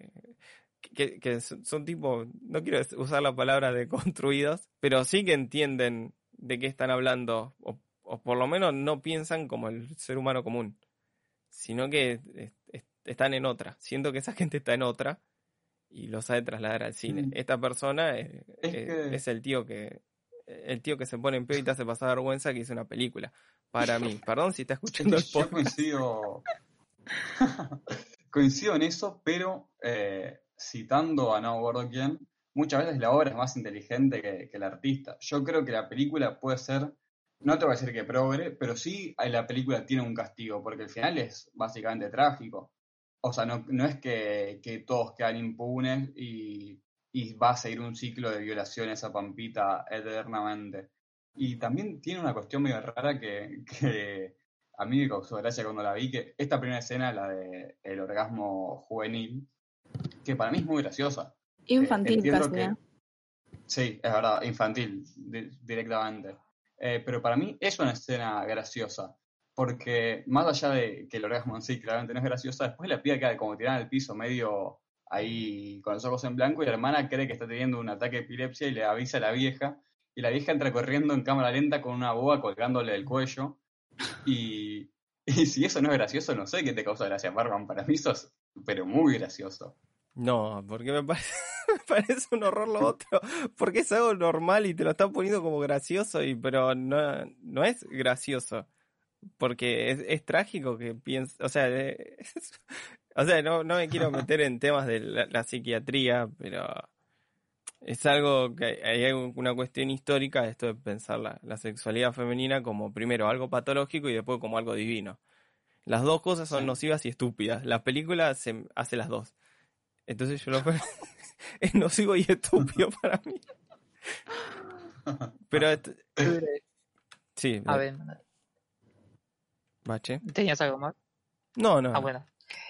que son tipos, no quiero usar la palabra de construidos, pero sí que entienden de qué están hablando, o por lo menos no piensan como el ser humano común, sino que están en otra. Siento que esa gente está en otra y lo sabe trasladar al cine. Esta persona es el tío que se pone en pedo y te hace pasar vergüenza que hizo una película. Para mí, perdón si está escuchando el podcast. Yo coincido en eso, pero citando a no me acuerdo quién, muchas veces la obra es más inteligente que el artista. Yo creo que la película puede ser, no te voy a decir que progre, pero sí la película tiene un castigo, porque el final es básicamente trágico. O sea, no es que todos quedan impunes y va a seguir un ciclo de violaciones a Pampita eternamente. Y también tiene una cuestión medio rara que a mí me causó gracia cuando la vi, que esta primera escena, la de el orgasmo juvenil, que para mí es muy graciosa. Infantil Entiendo casi, ¿no? Sí, es verdad, infantil directamente. Pero para mí es una escena graciosa, porque más allá de que el orgasmo en sí claramente no es graciosa, después la piba queda como tirada al piso medio ahí con los ojos en blanco y la hermana cree que está teniendo un ataque de epilepsia y le avisa a la vieja, y la vieja entra corriendo en cámara lenta con una boa colgándole del cuello, y si eso no es gracioso, no sé qué te causa gracia, Barban, para mí eso es pero muy gracioso. No, porque me parece un horror lo otro, porque es algo normal y te lo están poniendo como gracioso, pero no es gracioso, porque es trágico que pienses, o sea, o sea, no me quiero meter en temas de la psiquiatría, pero es algo que hay una cuestión histórica, esto de pensar la sexualidad femenina como primero algo patológico y después como algo divino. Las dos cosas son Sí. nocivas y estúpidas. La película hace las dos. Entonces yo es nocivo y estúpido para mí. Pero sí, A ver, Bache. ¿tenías algo más? No. Bueno.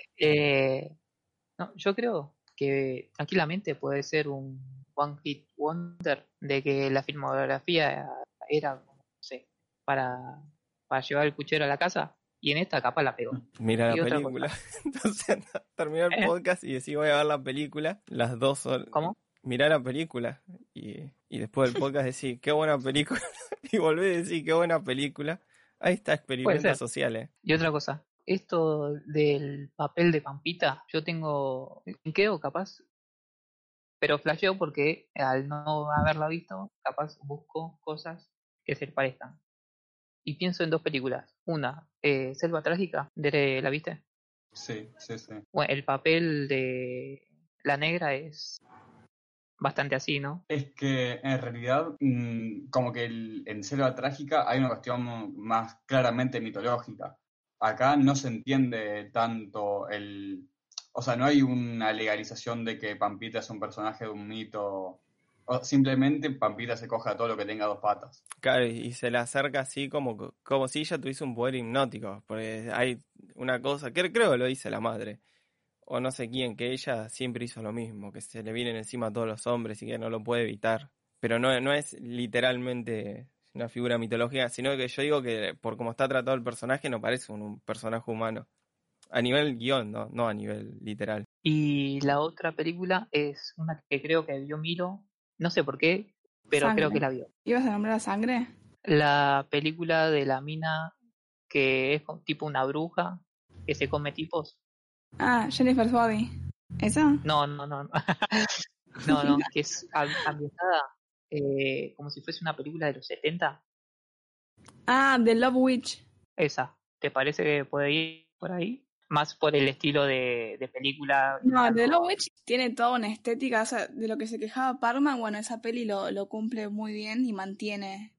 No, yo creo que tranquilamente puede ser un One Hit Wonder de que la filmografía era, no sé, para llevar el puchero a la casa y en esta capa la pegó. Mira Y la otra película. cosa. Entonces, terminar el ¿Eh? podcast y decir voy a ver la película, las 2 horas. ¿Cómo? Mirar la película y después del podcast decir qué buena película y volver a decir qué buena película. Ahí está Puede experimentos ser. sociales. Y otra cosa, esto del papel de Pampita, yo quedo capaz, pero flasheo porque al no haberla visto, capaz busco cosas que se parezcan. Y pienso en dos películas. Una, Selva Trágica, ¿la viste? Sí. Bueno, el papel de la negra es bastante así, ¿no? Es que en realidad, como que en Selva Trágica hay una cuestión más claramente mitológica. Acá no se entiende tanto o sea, no hay una legalización de que Pampita es un personaje de un mito. Simplemente Pampita se coge a todo lo que tenga dos patas. Claro, y se le acerca así como si ella tuviese un poder hipnótico. Porque hay una cosa, que creo que lo dice la madre, o no sé quién, que ella siempre hizo lo mismo, que se le vienen encima a todos los hombres y que no lo puede evitar. Pero no es literalmente una figura mitológica, sino que yo digo que por cómo está tratado el personaje no parece un personaje humano. A nivel guión, no a nivel literal. Y la otra película es una que creo que vio Miro, no sé por qué, pero creo que Sangre. la vio. ¿Ibas a nombrar a Sangre? La película de la mina que es tipo una bruja que se come tipos. Ah, Jennifer's Body. ¿Esa? No. No, que es ambientada como si fuese una película de los 70. Ah, The Love Witch. Esa, ¿te parece que puede ir por ahí? Más por el estilo de película. No, The Love algo- Witch tiene toda una estética, o sea, de lo que se quejaba Parma, bueno, esa peli lo cumple muy bien y mantiene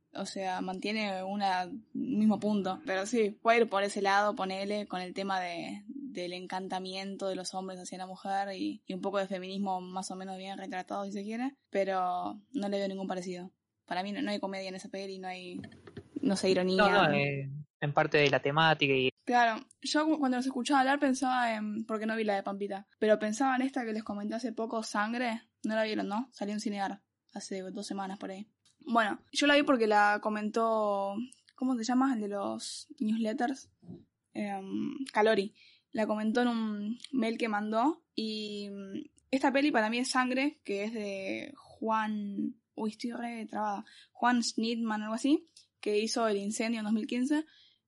un mismo punto. Pero sí, puede ir por ese lado, ponele, con el tema del encantamiento de los hombres hacia la mujer y un poco de feminismo más o menos bien retratado, si se quiere, pero no le veo ningún parecido. Para mí no hay comedia en esa peli, no sé, ironía. No, en parte de la temática y Claro, yo cuando los escuchaba hablar pensaba porque no vi la de Pampita, pero pensaba en esta que les comenté hace poco, Sangre, no la vieron, ¿no? Salió en Cinear hace 2 semanas por ahí. Bueno, yo la vi porque la comentó, ¿cómo se llama? El de los newsletters, Calori. La comentó en un mail que mandó y esta peli para mí es Sangre, que es de estoy re trabada, Juan Schnittman, algo así, que hizo El Incendio en 2015.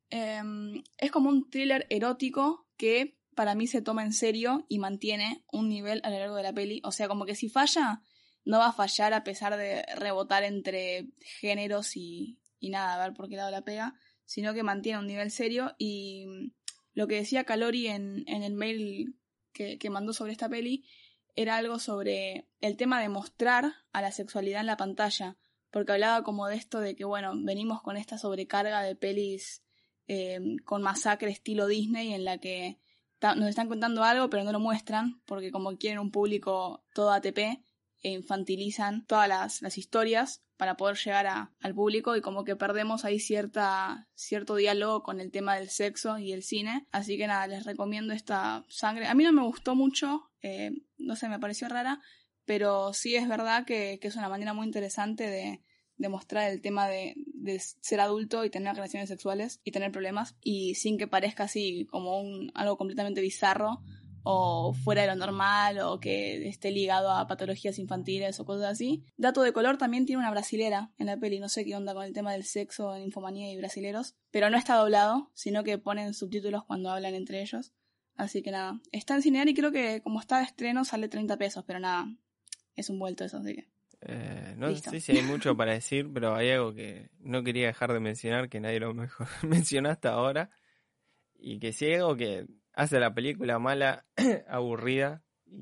Es como un thriller erótico que para mí se toma en serio y mantiene un nivel a lo largo de la peli. O sea, como que si falla, no va a fallar a pesar de rebotar entre géneros y nada, a ver por qué lado la pega, sino que mantiene un nivel serio. Y lo que decía Calori en el mail que mandó sobre esta peli era algo sobre el tema de mostrar a la sexualidad en la pantalla, porque hablaba como de esto de que, bueno, venimos con esta sobrecarga de pelis con masacre estilo Disney en la que nos están contando algo pero no lo muestran porque como quieren un público todo ATP infantilizan todas las historias para poder llegar al público y como que perdemos ahí cierto diálogo con el tema del sexo y el cine. Así que nada, les recomiendo esta Sangre. A mí no me gustó mucho, no sé, me pareció rara, pero sí es verdad que es una manera muy interesante de mostrar el tema de ser adulto y tener relaciones sexuales y tener problemas y sin que parezca así como algo completamente bizarro o fuera de lo normal o que esté ligado a patologías infantiles o cosas así. Dato de color, también tiene una brasilera en la peli, no sé qué onda con el tema del sexo en Infomanía y brasileros, pero no está doblado, sino que ponen subtítulos cuando hablan entre ellos. Así que nada, está en Cinear y creo que como está de estreno sale 30 pesos, pero nada, es un vuelto eso, así que... No Listo. sé si hay mucho para decir, pero hay algo que no quería dejar de mencionar, que nadie lo mejor mencionó hasta ahora, y que si hay algo que hace la película mala, aburrida,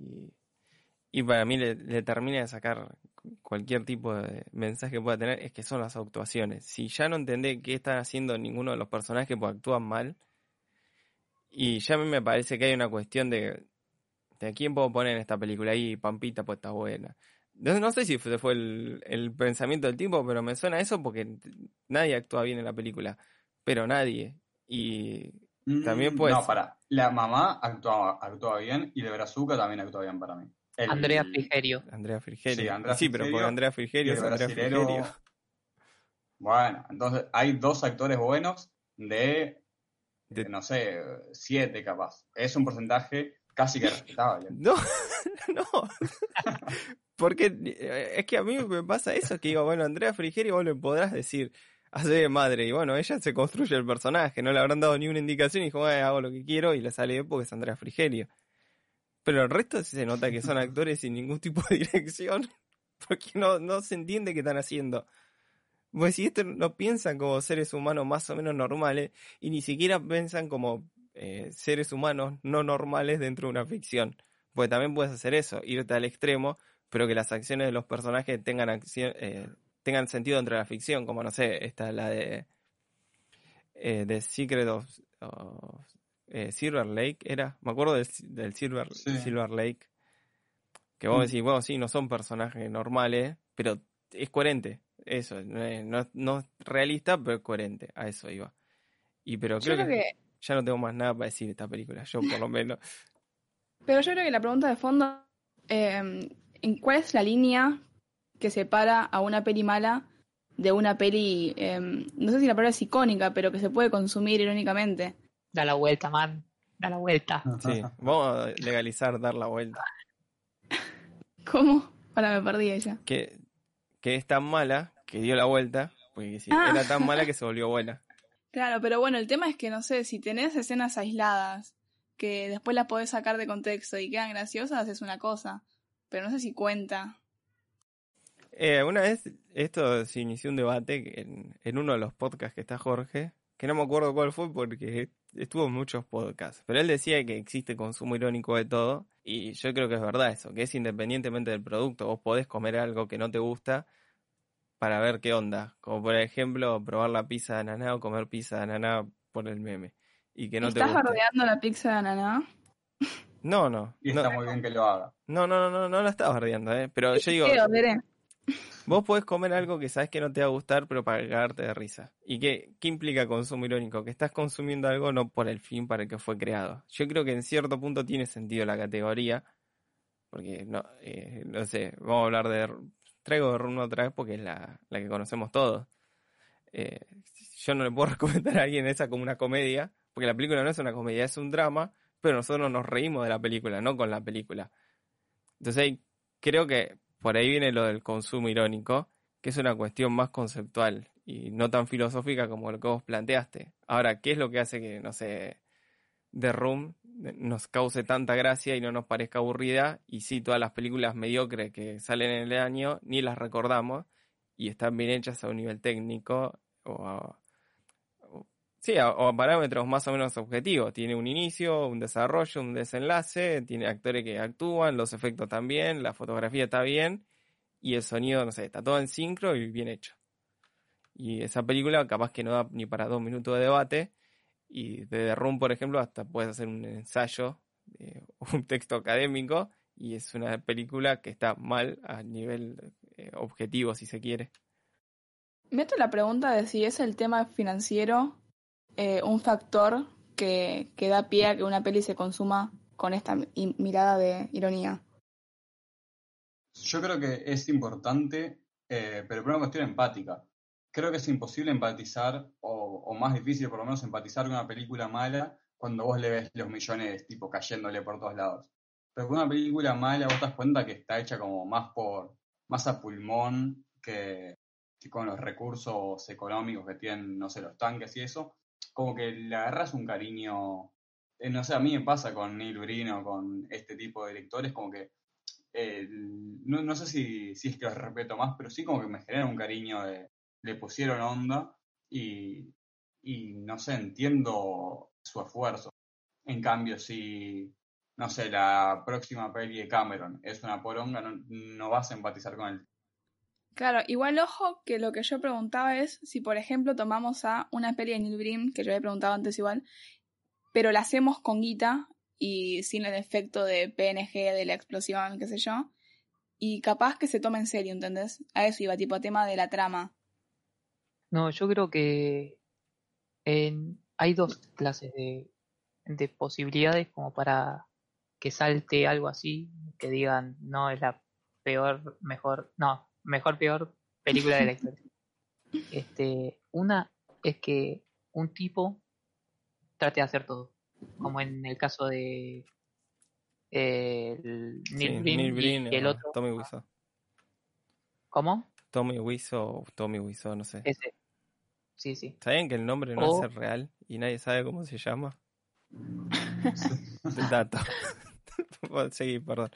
y para mí le termina de sacar cualquier tipo de mensaje que pueda tener, es que son las actuaciones. Si ya no entendés qué están haciendo ninguno de los personajes porque actúan mal, y ya a mí me parece que hay una cuestión de ¿A quién puedo poner en esta película? Ahí, Pampita, pues está buena. No sé si fue el pensamiento del tipo, pero me suena a eso porque nadie actúa bien en la película. Pero nadie. Y también No, pues la mamá actuaba bien y de Brazuca también actuaba bien para mí. Andrea El, Frigerio. Andrea sí, Frigerio. Y Andrea sí, pero porque Frigerio Andrea y Frigerio el es Andrea Frigerio. brasilero. Bueno, entonces hay dos actores buenos de, De- no sé, 7 capaz. Es un porcentaje casi que respetable. No, no. Porque es que a mí me pasa eso, que digo, bueno, Andrea Frigerio vos le podrás decir, hace de madre, y bueno, ella se construye el personaje, no le habrán dado ni una indicación y dijo, hago lo que quiero y le sale bien porque es Andrea Frigerio. Pero el resto sí se nota que son actores sin ningún tipo de dirección, porque no se entiende qué están haciendo. Pues si esto no piensan como seres humanos más o menos normales, y ni siquiera piensan como seres humanos no normales dentro de una ficción. Porque también puedes hacer eso, irte al extremo, pero que las acciones de los personajes tengan sentido dentro de la ficción, como no sé, esta la de Secret of Silver Lake, era, me acuerdo del Sí. Silver Lake, que vos decís, bueno, sí, no son personajes normales, pero es coherente. Eso, no es realista, pero es coherente. A eso iba. Pero Yo creo creo que que, ya no tengo más nada para decir de esta película. Yo, por lo menos. pero yo creo que la pregunta de fondo, ¿en cuál es la línea que separa a una peli mala de una peli, no sé si la palabra es icónica, pero que se puede consumir irónicamente? Da la vuelta, man. Da la vuelta. Sí, vamos a legalizar, dar la vuelta. ¿Cómo? Ahora me perdí ella. Que es tan mala que dio la vuelta. Porque sí, Ah, era tan mala que se volvió buena. claro, pero bueno, el tema es que no sé, si tenés escenas aisladas que después las podés sacar de contexto y quedan graciosas, es una cosa. Pero no sé si cuenta. Una vez esto se inició un debate en uno de los podcasts que está Jorge, que no me acuerdo cuál fue porque estuvo en muchos podcasts, pero él decía que existe consumo irónico de todo y yo creo que es verdad eso, que es independientemente del producto, vos podés comer algo que no te gusta para ver qué onda, como por ejemplo probar la pizza de ananá o comer pizza de ananá por el meme y que no te ¿Estás guste. bardeando la pizza de ananá? No, no, Y no, está muy bien que lo haga. no la estaba bardeando, pero yo digo, ¿Qué, Odere? vos podés comer algo que sabes que no te va a gustar, pero para cagarte de risa. ¿Y qué implica consumo irónico? Que estás consumiendo algo no por el fin para el que fue creado. Yo creo que en cierto punto tiene sentido la categoría, porque no sé, vamos a hablar traigo de Run otra vez porque es la que conocemos todos. Eh, yo no le puedo recomendar a alguien esa como una comedia, porque la película no es una comedia, es un drama, pero nosotros nos reímos de la película, no con la película. Entonces creo que por ahí viene lo del consumo irónico, que es una cuestión más conceptual y no tan filosófica como lo que vos planteaste. Ahora, ¿qué es lo que hace que, no sé, The Room nos cause tanta gracia y no nos parezca aburrida? Y sí, todas las películas mediocres que salen en el año ni las recordamos y están bien hechas a un nivel técnico sí, o a parámetros más o menos objetivos. Tiene un inicio, un desarrollo, un desenlace, tiene actores que actúan, los efectos también, la fotografía está bien y el sonido, no sé, está todo en sincro y bien hecho. Y esa película capaz que no da ni para 2 minutos de debate y de The Room, por ejemplo, hasta puedes hacer un ensayo, un texto académico y es una película que está mal a nivel objetivo, si se quiere. Meto la pregunta de si es el tema financiero un factor que da pie a que una peli se consuma con esta mirada de ironía. Yo creo que es importante, pero por una cuestión empática. Creo que es imposible empatizar, o más difícil por lo menos empatizar con una película mala cuando vos le ves los millones tipo cayéndole por todos lados. Pero con una película mala vos te das cuenta que está hecha como más a pulmón que con los recursos económicos que tienen, no sé, los tanques y eso. Como que le agarras un cariño. No sé, a mí me pasa con Neil Breen o con este tipo de directores, como que no sé si es que los respeto más, pero sí como que me genera un cariño le pusieron onda y, y no sé, entiendo su esfuerzo. En cambio, si, no sé, la próxima peli de Cameron es una poronga, no vas a empatizar con él. Claro, igual ojo que lo que yo preguntaba es si, por ejemplo, tomamos a una peli de Neil Breen, que yo había preguntado antes igual, pero la hacemos con guita y sin el efecto de PNG de la explosión, qué sé yo. Y capaz que se tome en serio, ¿entendés? A eso iba, tipo, a tema de la trama. No, yo creo que hay dos clases de posibilidades como para que salte algo así, que digan, no, es la peor, mejor, no, mejor, peor película de la historia. Una es que un tipo trate de hacer todo, como en el caso de Sí, Neil Neil Breen Breen y el o otro. Tommy Wiseau. ¿Cómo? Tommy Wiseau o Tommy Wiseau, no sé. Ese, sí. ¿Saben que el nombre no O es real y nadie sabe cómo se llama? Sí. Dato. Seguí, perdón.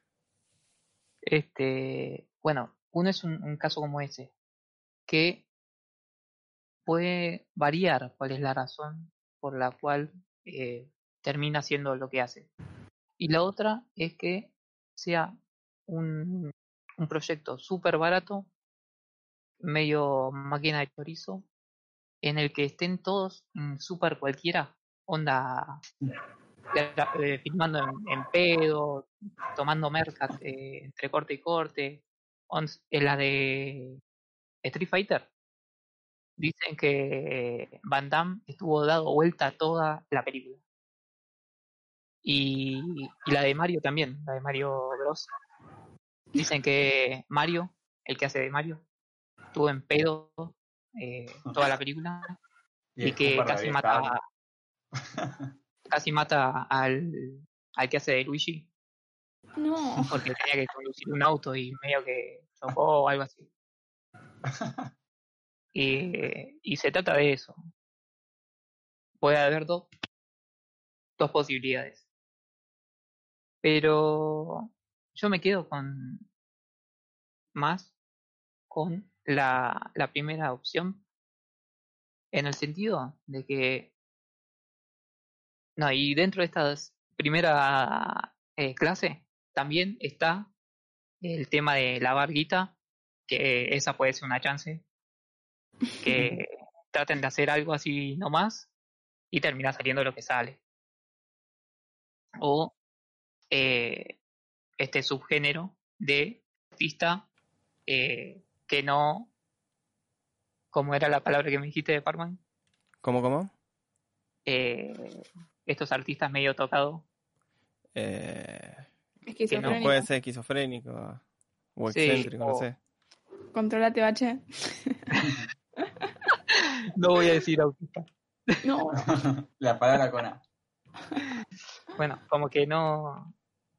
bueno, uno es un caso como ese, que puede variar cuál es la razón por la cual termina haciendo lo que hace. Y la otra es que sea un proyecto súper barato, medio máquina de chorizo, en el que estén todos súper cualquiera, onda filmando en pedo, tomando merca entre corte y corte. En la de Street Fighter dicen que Van Damme estuvo dado vuelta toda la película. Y la de Mario también, la de Mario Bros. Dicen que Mario, el que hace de Mario, estuvo en pedo toda la película Y y el que Cooper de 10 años. casi mata al que hace de Luigi No. porque tenía que conducir un auto y medio que chocó o algo así. Y se trata de eso. Puede haber dos posibilidades. Pero yo me quedo más con la primera opción, en el sentido de que, no, y dentro de esta primera clase también está el tema de la barguita, que esa puede ser una chance, que traten de hacer algo así nomás y termina saliendo lo que sale. O este subgénero de artista que no, como era la palabra que me dijiste de Parman, ¿Cómo? eh, estos artistas medio tocados Eh, que no, Esquizofrénico. puede ser esquizofrénico o sí, excéntrico, no sé. Controlate, bache. no voy a decir autista. No. La palabra con A. Bueno, como que no,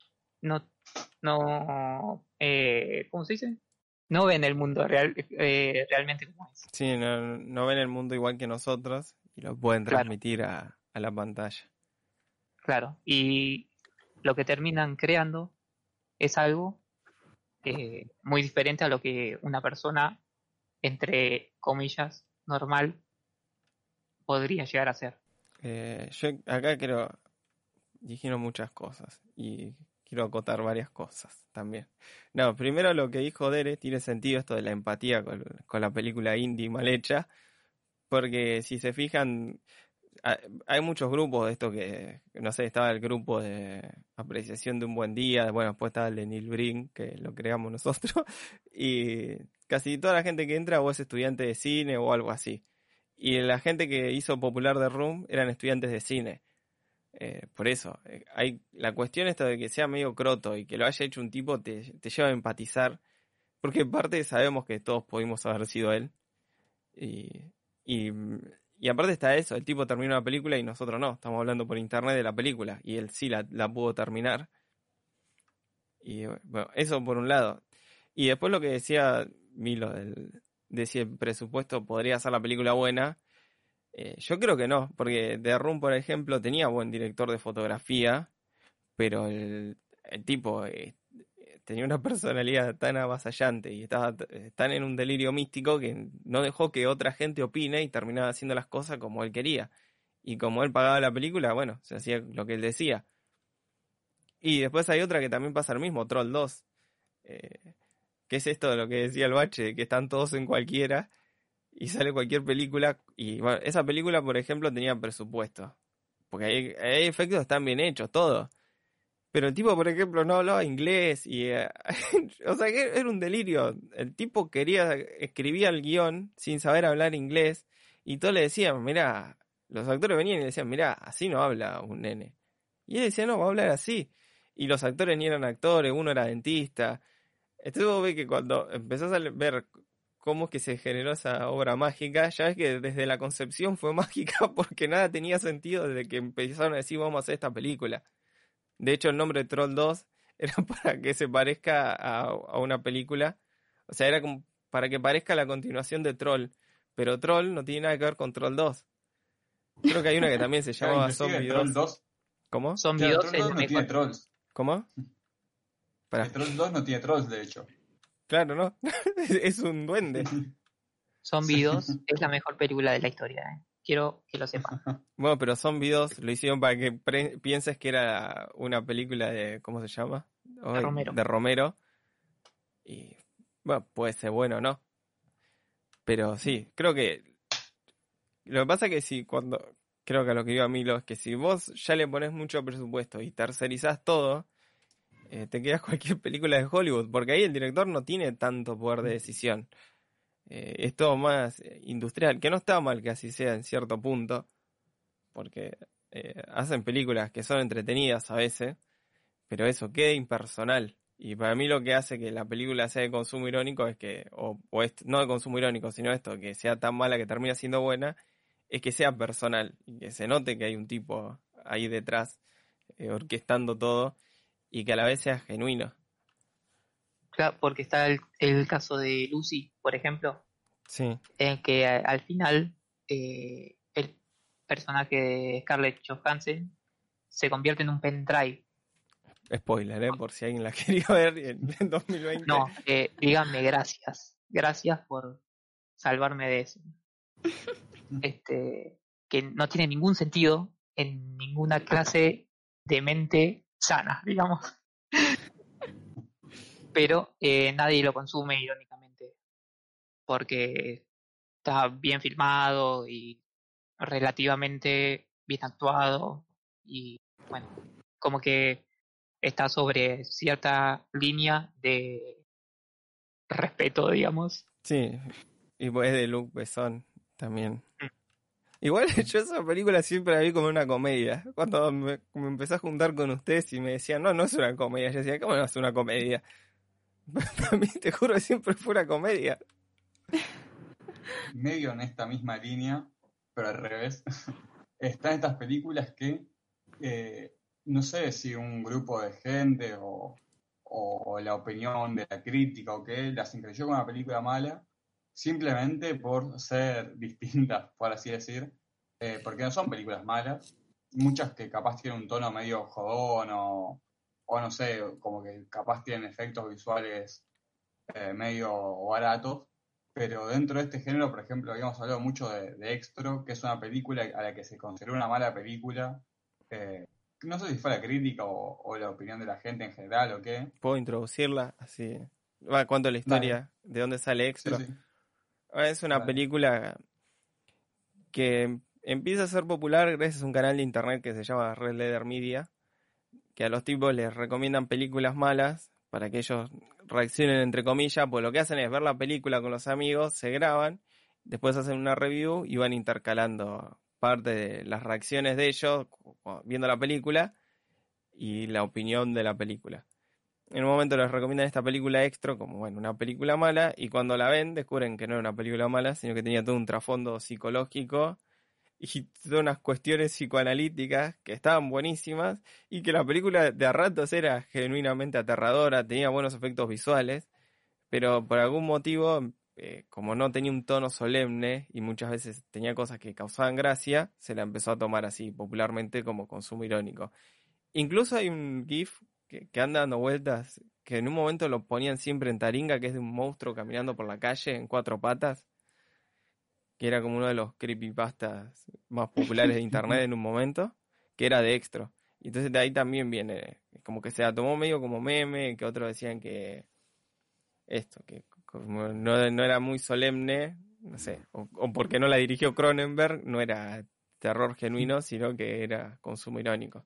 ¿cómo se dice? No ven el mundo realmente como es. Sí, no ven el mundo igual que nosotros y lo pueden Claro, transmitir a la pantalla. claro. Y lo que terminan creando es algo muy diferente a lo que una persona, entre comillas, normal, podría llegar a ser. Yo acá dijeron muchas cosas y quiero acotar varias cosas también. No, primero lo que dijo Dere tiene sentido esto de la empatía con la película indie mal hecha, porque si se fijan, hay muchos grupos de esto no sé, estaba el grupo de apreciación de un buen día, bueno, después estaba el de Neil Breen, que lo creamos nosotros, y casi toda la gente que entra o es estudiante de cine o algo así. Y la gente que hizo popular The Room eran estudiantes de cine. Por eso, hay la cuestión esta de que sea medio croto y que lo haya hecho un tipo te lleva a empatizar, porque en parte sabemos que todos pudimos haber sido él. Y, y, y aparte está eso, el tipo terminó la película y nosotros no, estamos hablando por internet de la película y él sí la pudo terminar. Y bueno, eso por un lado. Y después lo que decía Milo de si el presupuesto podría hacer la película buena. Yo creo que no, porque The Room, por ejemplo, tenía buen director de fotografía, pero el tipo tenía una personalidad tan avasallante y estaba tan en un delirio místico que no dejó que otra gente opine y terminaba haciendo las cosas como él quería. Y como él pagaba la película, bueno, se hacía lo que él decía. Y después hay otra que también pasa lo mismo, Troll 2. Que es esto de lo que decía el Bache, que están todos en cualquiera y sale cualquier película. Y bueno, esa película, por ejemplo, tenía presupuesto. porque hay efectos que están bien hechos, todo. Pero el tipo, por ejemplo, no hablaba inglés y... o sea, que era un delirio. El tipo escribía el guión sin saber hablar inglés y todos le decían, mirá, los actores venían y le decían, mirá, así no habla un nene. Y él decía, no, va a hablar así. Y los actores ni eran actores, uno era dentista. Entonces vos ves que cuando empezás a ver cómo es que se generó esa obra mágica, ya ves que desde la concepción fue mágica porque nada tenía sentido desde que empezaron a decir vamos a hacer esta película. De hecho, el nombre de Troll 2 era para que se parezca a una película. O sea, era como para que parezca la continuación de Troll. Pero Troll no tiene nada que ver con Troll 2. Creo que hay una que también se Claro, llamaba inclusive Zombie Troll 2. 2, ¿Cómo? Zombie claro, 2 Troll es 2 la no tiene mejor. trolls. ¿Cómo? Pará. El Troll 2 no tiene trolls, de hecho. Claro, ¿no? Es un duende. Zombie 2 es la mejor película de la historia, Quiero que lo sepan. Bueno, pero Zombie 2 lo hicieron para que pienses que era una película de... ¿Cómo se llama? De Romero. De Romero. Y bueno, puede ser bueno o no. Pero sí, creo que... Lo que pasa es que si cuando... Creo que a lo que digo a Milo es que si vos ya le pones mucho presupuesto y tercerizás todo, te quedas cualquier película de Hollywood, porque ahí el director no tiene tanto poder de decisión. Es todo más industrial, que no está mal que así sea en cierto punto, porque hacen películas que son entretenidas a veces, pero eso queda impersonal. Y para mí lo que hace que la película sea de consumo irónico es que, no de consumo irónico, sino esto, que sea tan mala que termina siendo buena, es que sea personal y que se note que hay un tipo ahí detrás orquestando todo y que a la vez sea genuino. Claro, porque está el caso de Lucy, por ejemplo, Sí, en que al final el personaje de Scarlett Johansson se convierte en un pendrive. spoiler, por si alguien la quería ver en 2020. No, díganme gracias. Gracias por salvarme de eso. Que no tiene ningún sentido en ninguna clase de mente sana, digamos. Pero nadie lo consume irónicamente, porque está bien filmado y relativamente bien actuado y bueno, como que está sobre cierta línea de respeto, digamos. Sí, y pues es de Luc Besson también. Igual yo esa película siempre la vi como una comedia. Cuando me empecé a juntar con ustedes y me decían, no, no es una comedia. Yo decía, ¿cómo no es una comedia? Para mí, te juro, siempre fue una comedia. Medio en esta misma línea, pero al revés, están estas películas que no sé si un grupo de gente o la opinión de la crítica o qué las incluyó como una película mala simplemente por ser distintas, por así decir, porque no son películas malas, muchas que capaz tienen un tono medio jodón o no sé, como que capaz tienen efectos visuales medio baratos, pero dentro de este género, por ejemplo, habíamos hablado mucho de Extro, que es una película a la que se consideró una mala película. eh, no sé si fue la crítica o la opinión de la gente en general o qué. ¿Puedo introducirla? Así. Cuento la Dale, historia de dónde sale sí, Extra. sí, Es una dale. película que empieza a ser popular gracias a un canal de internet que se llama Red Letter Media, que a los tipos les recomiendan películas malas para que ellos reaccionen entre comillas, pues lo que hacen es ver la película con los amigos, se graban, después hacen una review y van intercalando parte de las reacciones de ellos viendo la película y la opinión de la película. En un momento les recomiendan esta película Extra como, bueno, una película mala, y cuando la ven descubren que no era una película mala, sino que tenía todo un trasfondo psicológico y todas unas cuestiones psicoanalíticas que estaban buenísimas, y que la película de a ratos era genuinamente aterradora, tenía buenos efectos visuales, pero por algún motivo, como no tenía un tono solemne y muchas veces tenía cosas que causaban gracia, se la empezó a tomar así popularmente como consumo irónico. Incluso hay un GIF que anda dando vueltas, que en un momento lo ponían siempre en Taringa, que es de un monstruo caminando por la calle en cuatro patas, que era como uno de los creepypastas más populares de internet en un momento, que era de Extra. Y entonces de ahí también viene, como que se la tomó medio como meme, que otros decían que esto, que como no era muy solemne, no sé, o porque no la dirigió Cronenberg, no era terror genuino, sino que era consumo irónico.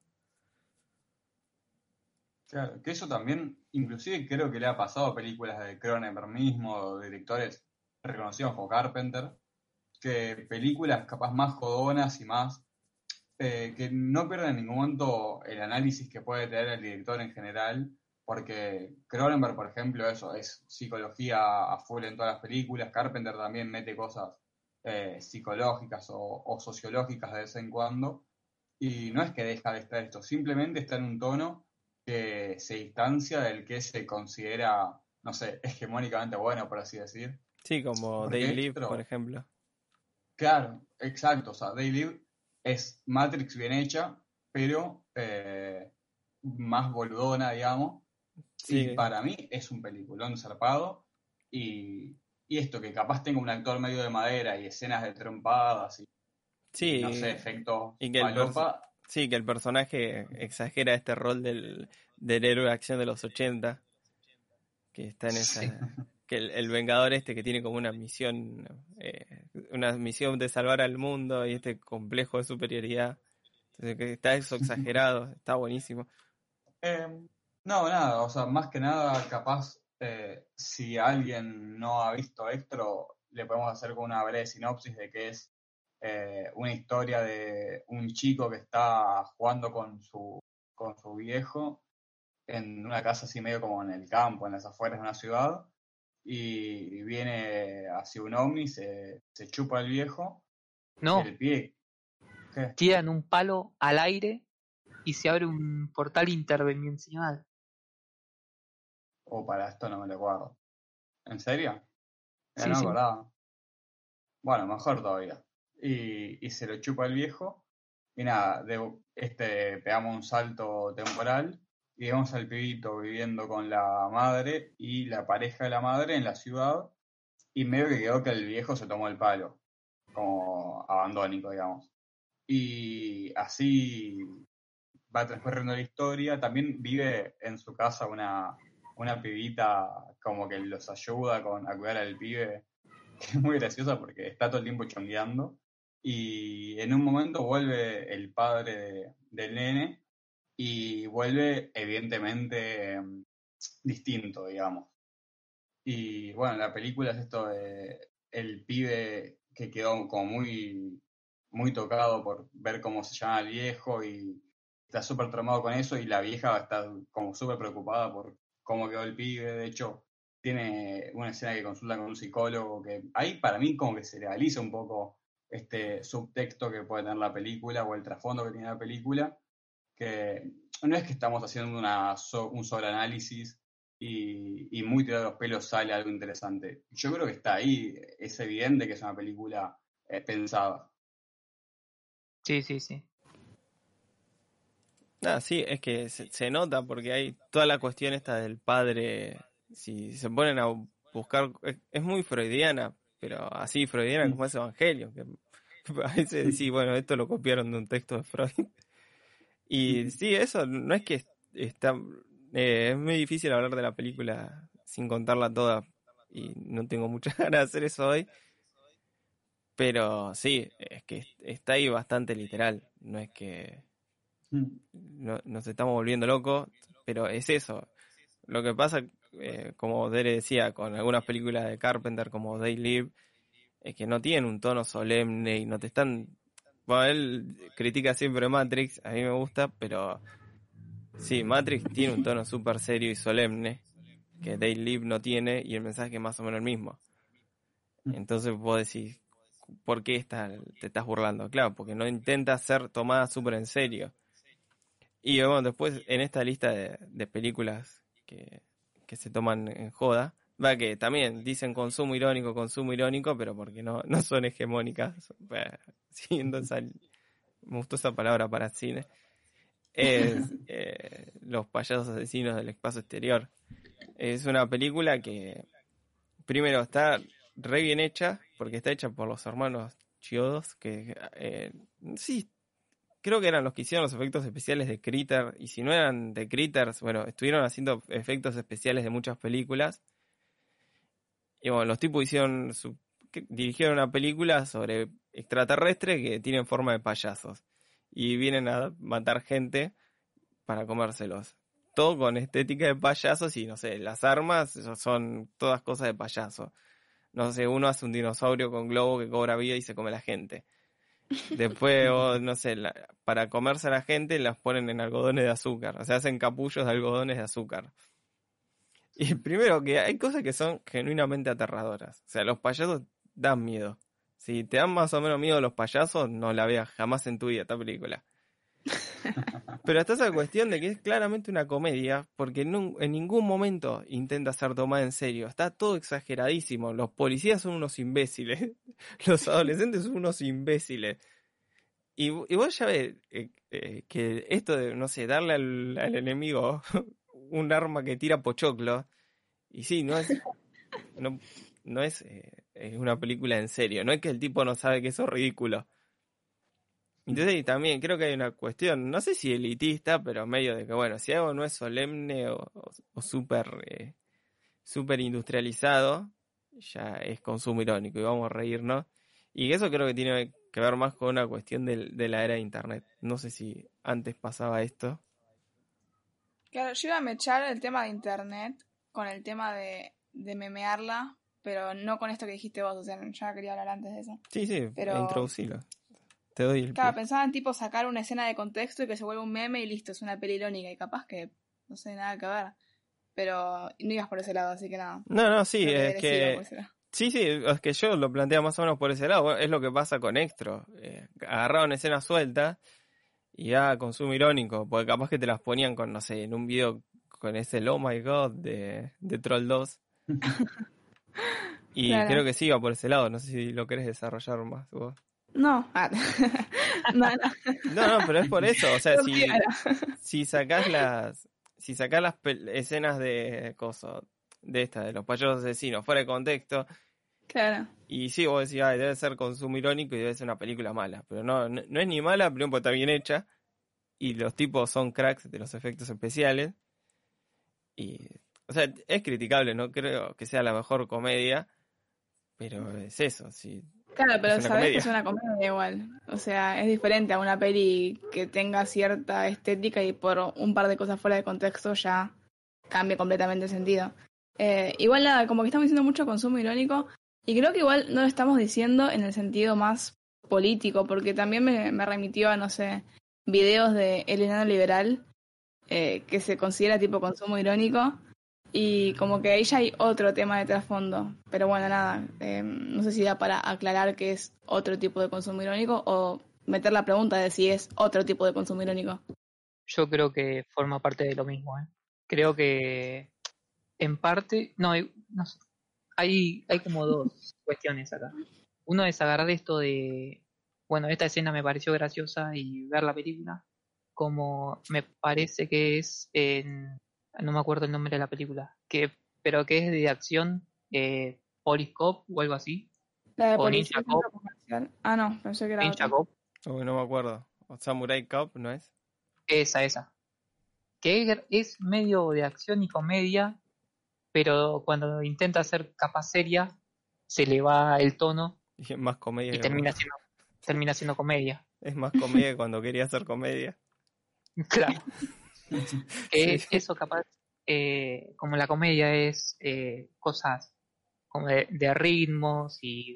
Claro, que eso también, inclusive creo que le ha pasado a películas de Cronenberg mismo, o directores reconocidos como Carpenter, que películas capaz más jodonas y más que no pierden en ningún momento el análisis que puede tener el director en general, porque Cronenberg, por ejemplo, eso es psicología a full en todas las películas. Carpenter también mete cosas psicológicas o sociológicas de vez en cuando, y no es que deja de estar esto, simplemente está en un tono que se distancia del que se considera, no sé, hegemónicamente bueno, por así decir. Sí, como Porque They Live, esto, por ejemplo. claro, exacto, o sea, They Live es Matrix bien hecha, pero más boludona, digamos, y Sí, para mí es un peliculón zarpado, y esto que capaz tenga un actor medio de madera y escenas de trompadas y no sé, sí, efectos y que falopa, sí, que el personaje exagera este rol del héroe de acción de los 80, que está en sí, esa, que el Vengador este que tiene como una misión de salvar al mundo y este complejo de superioridad. Entonces, que está eso exagerado, está buenísimo. Eh, no, nada, o sea, más que nada, capaz, si alguien no ha visto esto, le podemos hacer con una breve sinopsis de que es una historia de un chico que está jugando con su viejo en una casa así medio como en el campo, en las afueras de una ciudad, y viene así un ovni, se chupa el viejo, y No, el pie, ¿qué? tiran un palo al aire y se abre un portal interdimensional. Para esto no me lo acuerdo. ¿En serio? Ya Sí, no me sí. acordaba. Bueno, mejor todavía. Y se lo chupa el viejo. Y nada, pegamos un salto temporal y vemos al pibito viviendo con la madre y la pareja de la madre en la ciudad. Y medio que quedó que el viejo se tomó el palo, como abandónico, digamos. Y así va transcurriendo la historia. También vive en su casa una pibita como que los ayuda a cuidar al pibe, que es muy graciosa porque está todo el tiempo chongueando. Y en un momento vuelve el padre del nene y vuelve evidentemente distinto, digamos. Y bueno, la película es esto de el pibe que quedó como muy, muy tocado por ver cómo se llama el viejo y está súper traumado con eso, y la vieja está como súper preocupada por cómo quedó el pibe. De hecho, tiene una escena que consulta con un psicólogo que ahí para mí como que se realiza un poco este subtexto que puede tener la película o el trasfondo que tiene la película, que no es que estamos haciendo un sobreanálisis y muy tirado de los pelos sale algo interesante. Yo creo que está ahí, es evidente que es una película pensada. Sí, sí, sí. Nada, sí, es que se nota porque hay toda la cuestión esta del padre, si se ponen a buscar, es muy freudiana, pero así freudiana Mm, como es Evangelio, que a veces decís, bueno, esto lo copiaron de un texto de Freud. Y mm, sí, eso no es que está, es muy difícil hablar de la película sin contarla toda y no tengo muchas ganas de hacer eso hoy, pero sí, es que está ahí bastante literal, no es que mm. nos estamos volviendo locos, pero es eso. Lo que pasa, como Dere decía, con algunas películas de Carpenter como They Live, es que no tienen un tono solemne y no te están... Bueno, él critica siempre Matrix, a mí me gusta, pero sí, Matrix tiene un tono súper serio y solemne, que They Live no tiene, y el mensaje es más o menos el mismo. Entonces vos decís, ¿por qué te estás burlando? Claro, porque no intenta ser tomada súper en serio. Y bueno, después en esta lista de películas que se toman en joda, va que también dicen consumo irónico, pero porque no son hegemónicas. Siguiendo me gustó esa palabra para cine. Es Los payasos asesinos del espacio exterior. Es una película que primero está re bien hecha, porque está hecha por los hermanos Chiodos, que sí, creo que eran los que hicieron los efectos especiales de Critter, y si no eran de Critters, bueno, estuvieron haciendo efectos especiales de muchas películas. Y bueno, los tipos hicieron dirigieron una película sobre extraterrestres que tienen forma de payasos y vienen a matar gente para comérselos. Todo con estética de payasos y, no sé, las armas son todas cosas de payaso. No sé, uno hace un dinosaurio con globo que cobra vida y se come a la gente. Después, no sé, para comerse a la gente las ponen en algodones de azúcar. O sea, hacen capullos de algodones de azúcar. Y primero que hay cosas que son genuinamente aterradoras. O sea, los payasos dan miedo. Si te dan más o menos miedo los payasos, no la veas jamás en tu vida esta película. Pero está esa cuestión de que es claramente una comedia, porque en ningún momento intenta ser tomada en serio. Está todo exageradísimo. Los policías son unos imbéciles. Los adolescentes son unos imbéciles. Y vos ya ves que esto de, no sé, darle al enemigo un arma que tira pochoclo, y sí, no es una película en serio. No es que el tipo no sabe que eso es ridículo. Entonces, y también creo que hay una cuestión, no sé si elitista, pero medio de que, bueno, si algo no es solemne o súper súper industrializado, ya es consumo irónico y vamos a reírnos. Y eso creo que tiene que ver más con una cuestión de la era de internet. No sé si antes pasaba esto. Claro, yo iba a mechar el tema de internet con el tema de memearla, pero no con esto que dijiste vos, o sea, ya quería hablar antes de eso. Sí, Pero introducilo. Te doy el claro, pie. pensaba en tipo sacar una escena de contexto y que se vuelva un meme y listo, es una peli irónica y capaz que no sé nada que ver. Pero no ibas por ese lado, así que nada. No, sí, Creo que es eres iba por que... ese lado. Sí, es que yo lo planteo más o menos por ese lado. Bueno, es lo que pasa con Extro. Agarraron escenas sueltas y consumo irónico, porque capaz que te las ponían con, no sé, en un video con ese Oh My God de Troll 2. Y Claro. creo que sí iba por ese lado. No sé si lo querés desarrollar más vos. No. No. No, pero es por eso. O sea, Claro. si sacás las escenas de de los payasos asesinos fuera de contexto, Claro. y sí, vos decís, debe ser consumo irónico y debe ser una película mala. Pero no es ni mala, primero porque está bien hecha. Y los tipos son cracks de los efectos especiales. Y, o sea, es criticable, no creo que sea la mejor comedia, pero es eso, sí, Claro, es pero una sabés que comedia. es una comedia igual. O sea, es diferente a una peli que tenga cierta estética y por un par de cosas fuera de contexto ya cambia completamente el sentido. Igual nada, como que estamos diciendo mucho consumo irónico y creo que igual no lo estamos diciendo en el sentido más político, porque también me remitió a, no sé, videos de El Enano Liberal, que se considera tipo consumo irónico. Y como que ahí ya hay otro tema de trasfondo. Pero bueno, nada, no sé si da para aclarar que es otro tipo de consumo irónico o meter la pregunta de si es otro tipo de consumo irónico. Yo creo que forma parte de lo mismo, ¿eh? Creo que en parte, no sé, hay como dos cuestiones acá. Uno es agarrar esto de, bueno, esta escena me pareció graciosa y ver la película, como me parece que es no me acuerdo el nombre de la película, pero que es de acción, Police Cop o algo así, La de o Policía Ninja Cop, Centro Comercial. Ah, no, pensé que era Ninja otra. Cop, Uy, no me acuerdo. O Samurai Cop, ¿no es? esa, que es medio de acción y comedia, pero cuando intenta ser capa seria, se le va el tono Y es más comedia y que termina siendo comedia. es más comedia que cuando quería hacer comedia. Claro, Sí. que eso capaz, como la comedia es cosas como de ritmos y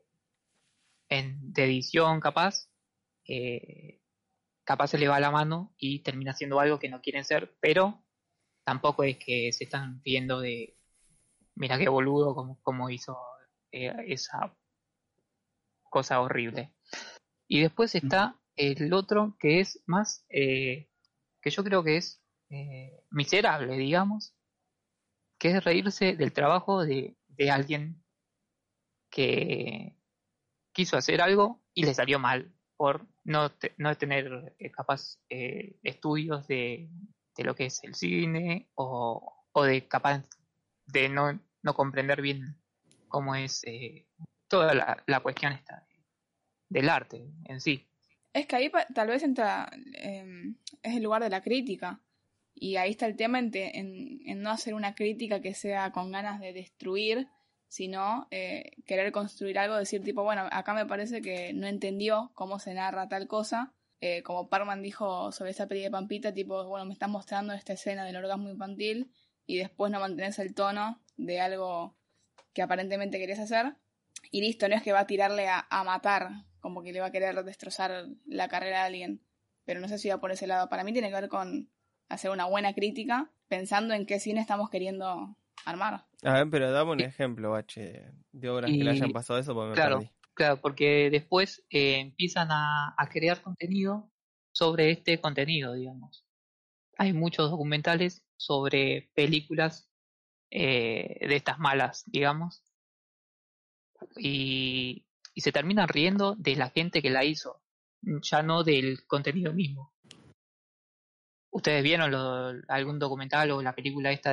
de edición capaz, eh, capaz se le va la mano y termina siendo algo que no quieren ser, pero tampoco es que se están viendo de, mira qué boludo como hizo esa cosa horrible. Y después está el otro que es más, que yo creo que es miserable, digamos, que es reírse del trabajo de alguien que quiso hacer algo y le salió mal por no tener capaz estudios de lo que es el cine o de capaz de no comprender bien cómo es toda la cuestión esta del arte en sí. Es que ahí tal vez entra, es el lugar de la crítica. Y ahí está el tema en no hacer una crítica que sea con ganas de destruir, sino querer construir algo, decir tipo, bueno, acá me parece que no entendió cómo se narra tal cosa, como Parkman dijo sobre esa peli de Pampita, tipo, bueno, me estás mostrando esta escena del orgasmo infantil y después no mantenés el tono de algo que aparentemente querés hacer, y listo, no es que va a tirarle a matar, como que le va a querer destrozar la carrera a alguien, pero no sé si va por ese lado. Para mí tiene que ver con hacer una buena crítica, pensando en qué cine estamos queriendo armar. A ver, pero dame un Y, ejemplo, bache, de obras que le hayan y pasado eso porque me claro, perdí. claro, porque después empiezan a crear contenido sobre este contenido, digamos. Hay muchos documentales sobre películas de estas malas, digamos, y se terminan riendo de la gente que la hizo, ya no del contenido mismo. ¿Ustedes vieron algún documental o la película esta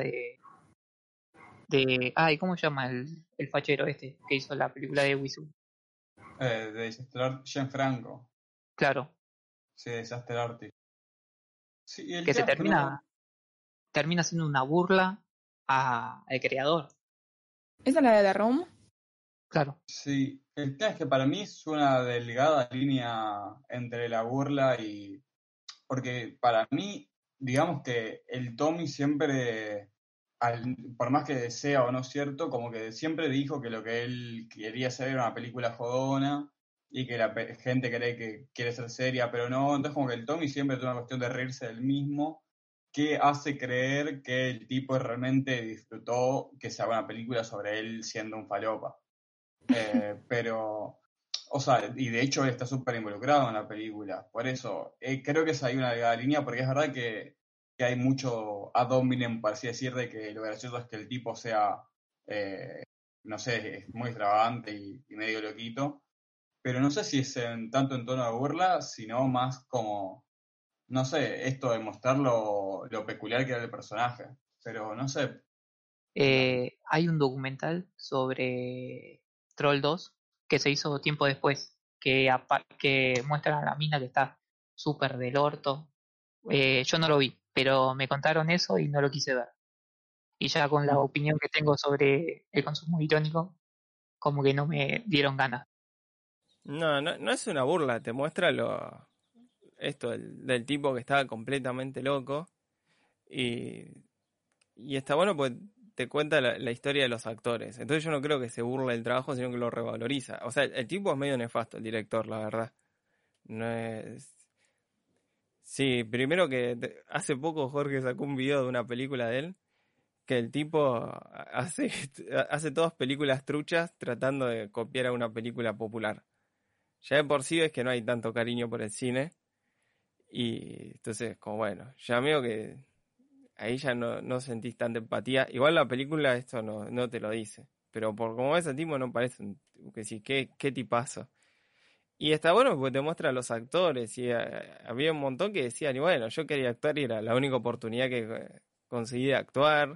ay, ¿cómo se llama el fachero este que hizo la película de Wisu? De Disaster Gianfranco. Claro, Sí, Disaster Artist. Sí, y el que se tema es que no. termina siendo una burla al creador. ¿Esa es la de The Room? Claro. Sí, el tema es que para mí es una delgada línea entre la burla y. Porque para mí, digamos que el Tommy siempre, por más que sea o no cierto, como que siempre dijo que lo que él quería hacer era una película jodona y que la gente cree que quiere ser seria, pero no. Entonces como que el Tommy siempre es una cuestión de reírse del mismo, que hace creer que el tipo realmente disfrutó que se haga una película sobre él siendo un falopa. Pero, o sea, y de hecho él está súper involucrado en la película. Por eso, creo que es ahí una delgada línea, porque es verdad que hay mucho ad hominem, por así decir, de que lo gracioso es que el tipo sea, eh, no sé, es muy extravagante y medio loquito. Pero no sé si es tanto en tono de burla, sino más como, no sé, esto de mostrar lo peculiar que era el personaje. Pero no sé. Hay un documental sobre Troll 2 que se hizo tiempo después, que muestra a la mina que está súper del orto. Yo no lo vi, pero me contaron eso y no lo quise ver. Y ya con la opinión que tengo sobre el consumo irónico, como que no me dieron ganas. No, no, no es una burla, te muestra esto del tipo que estaba completamente loco y, y está bueno porque te cuenta la historia de los actores. Entonces yo no creo que se burle del trabajo, sino que lo revaloriza. O sea, el tipo es medio nefasto, el director, la verdad. No es... Sí, primero que hace poco Jorge sacó un video de una película de él, que el tipo hace, hace todas películas truchas tratando de copiar a una película popular. Ya de por sí es que no hay tanto cariño por el cine. Y entonces, como bueno, ya veo que ahí ya no sentís tanta empatía. Igual la película esto no te lo dice. Pero por como ves el tipo no parece que sí, qué tipazo. Y está bueno porque te muestra a los actores. Y había un montón que decían, y bueno, yo quería actuar y era la única oportunidad que conseguí de actuar.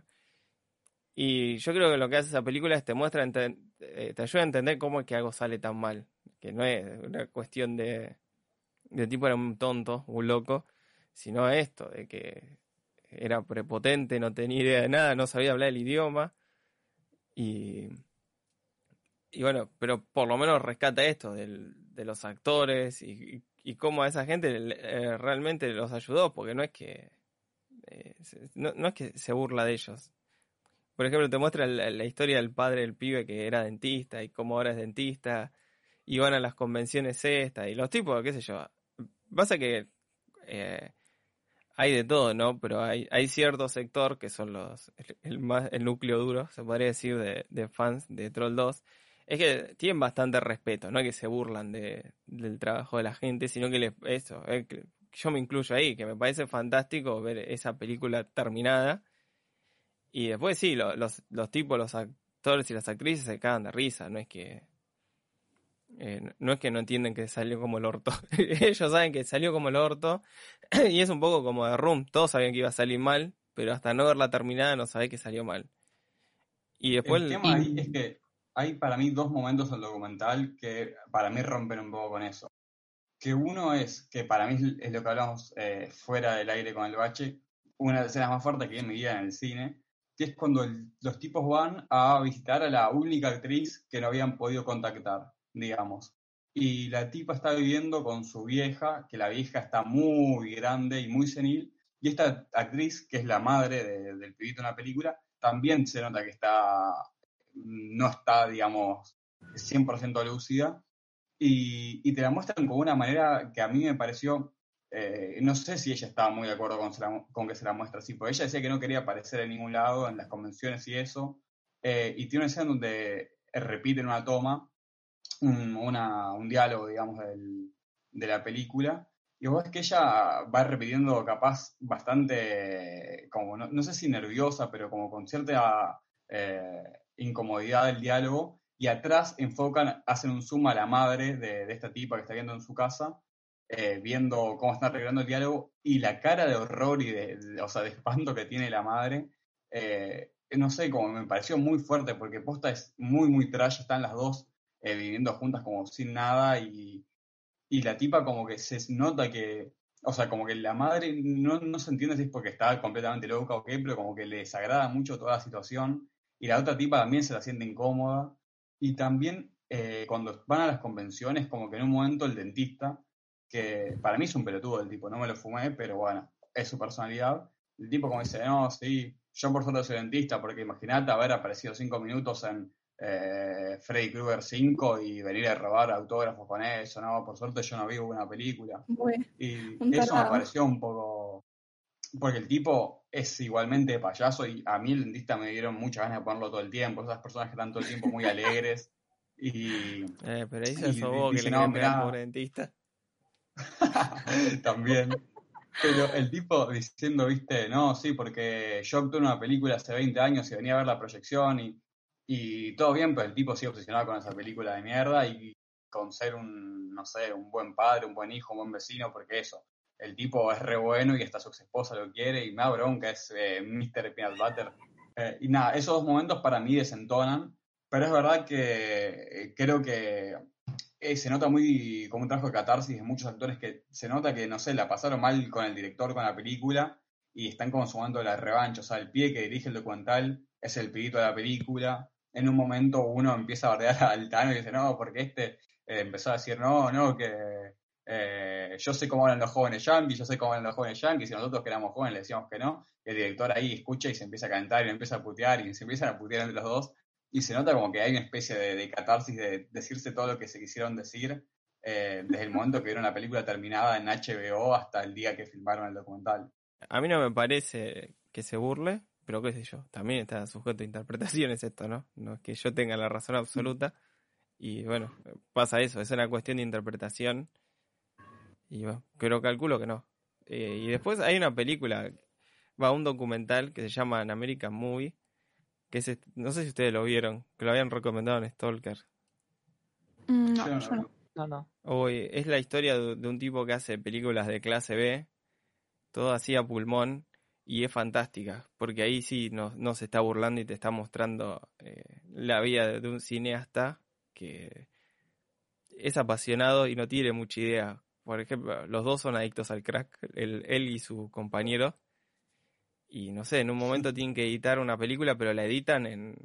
Y yo creo que lo que hace esa película es te muestra, te ayuda a entender cómo es que algo sale tan mal. Que no es una cuestión de tipo era un tonto, un loco, sino esto, de que era prepotente, no tenía idea de nada, no sabía hablar el idioma y, y bueno, pero por lo menos rescata esto de los actores y cómo a esa gente realmente los ayudó, porque no es que no es que se burla de ellos. Por ejemplo, te muestra la historia del padre del pibe que era dentista y cómo ahora es dentista y van a las convenciones estas y los tipos, qué sé yo. Pasa que eh, hay de todo, ¿no? Pero hay cierto sector que son el núcleo duro, se podría decir, de fans de Troll 2. Es que tienen bastante respeto, no es que se burlan del trabajo de la gente, sino que yo me incluyo ahí, que me parece fantástico ver esa película terminada. Y después sí, los tipos, los actores y las actrices se cagan de risa, no es que no entienden que salió como el orto. Ellos saben que salió como el orto. Y es un poco como de Room. Todos sabían que iba a salir mal, pero hasta no verla terminada no sabés que salió mal. Y después, El tema Y ahí es que hay para mí dos momentos del documental que para mí rompen un poco con eso. Que uno es, que para mí es lo que hablamos fuera del aire con el bache, una de las escenas más fuertes que vi en mi vida en el cine, que es cuando los tipos van a visitar a la única actriz que no habían podido contactar, digamos. Y la tipa está viviendo con su vieja, que la vieja está muy grande y muy senil, y esta actriz, que es la madre del pibito en la película, también se nota que no está, digamos, 100% lúcida, y te la muestran con una manera que a mí me pareció, no sé si ella estaba muy de acuerdo con que se la muestre así, porque ella decía que no quería aparecer en ningún lado, en las convenciones y eso, y tiene una escena donde repiten una toma, un diálogo, digamos, de la película, y vos ves que ella va repitiendo capaz bastante, como no sé si nerviosa, pero como con cierta incomodidad del diálogo, y atrás hacen un zoom a la madre de esta tipa que está viendo en su casa, viendo cómo están arreglando el diálogo, y la cara de horror y o sea, de espanto que tiene la madre, no sé, como me pareció muy fuerte, porque posta es muy, muy trash, están las dos viviendo juntas como sin nada, y la tipa como que se nota que, o sea, como que la madre no se entiende si es porque está completamente loca o qué, pero como que le desagrada mucho toda la situación, y la otra tipa también se la siente incómoda, y también cuando van a las convenciones, como que en un momento el dentista, que para mí es un pelotudo el tipo, no me lo fumé, pero bueno, es su personalidad, el tipo como dice, no, sí, yo por suerte soy dentista, porque imagínate haber aparecido 5 minutos en Freddy Krueger 5 y venir a robar autógrafos con eso, ¿no? Por suerte yo no vivo una película. Bueno, Y un eso me tarado. pareció un poco... Porque el tipo es igualmente payaso y a mí el dentista me dieron muchas ganas de ponerlo todo el tiempo. Esas personas que están todo el tiempo muy alegres y, Pero ahí ya y sos vos que le dicen, no, querés pegar al mirá, pobre dentista. también. Pero el tipo diciendo, viste, no, sí, porque yo actué en una película hace 20 años y venía a ver la proyección y todo bien, pero el tipo sigue obsesionado con esa película de mierda y con ser no sé, un buen padre, un buen hijo, un buen vecino, porque eso, el tipo es re bueno y hasta su ex esposa lo quiere y me da bronca, es Mr. Peanut Butter. Y nada, esos dos momentos para mí desentonan, pero es verdad que creo que se nota muy como un trabajo de catarsis de muchos actores que se nota que, no sé, la pasaron mal con el director, con la película, y están como sumando la revancha. O sea, el pie que dirige el documental es el pibito de la película. En un momento uno empieza a bardear al Tano y dice, no, porque empezó a decir, no, no, que yo sé cómo hablan los jóvenes yankees, yo sé cómo hablan los jóvenes yankees, y nosotros que éramos jóvenes le decíamos que no. Y el director ahí escucha y se empieza a cantar y empieza a putear y se empiezan a putear entre los dos. Y se nota como que hay una especie de catarsis de decirse todo lo que se quisieron decir desde el momento que vieron la película terminada en HBO hasta el día que filmaron el documental. A mí no me parece que se burle, pero qué sé yo, también está sujeto a interpretaciones esto, ¿no? No es que yo tenga la razón absoluta. Y bueno, pasa eso, es una cuestión de interpretación. Y bueno, pero calculo que no. Y después hay una película, un documental que se llama An American Movie, que no sé si ustedes lo vieron, que lo habían recomendado en Stalker. Yo No, no yo lo no. vi. No. Es la historia de un tipo que hace películas de clase B, todo así a pulmón, y es fantástica, porque ahí sí no se está burlando y te está mostrando la vida de un cineasta que es apasionado y no tiene mucha idea. Por ejemplo, los dos son adictos al crack, él y su compañero, y no sé, en un momento tienen que editar una película, pero la editan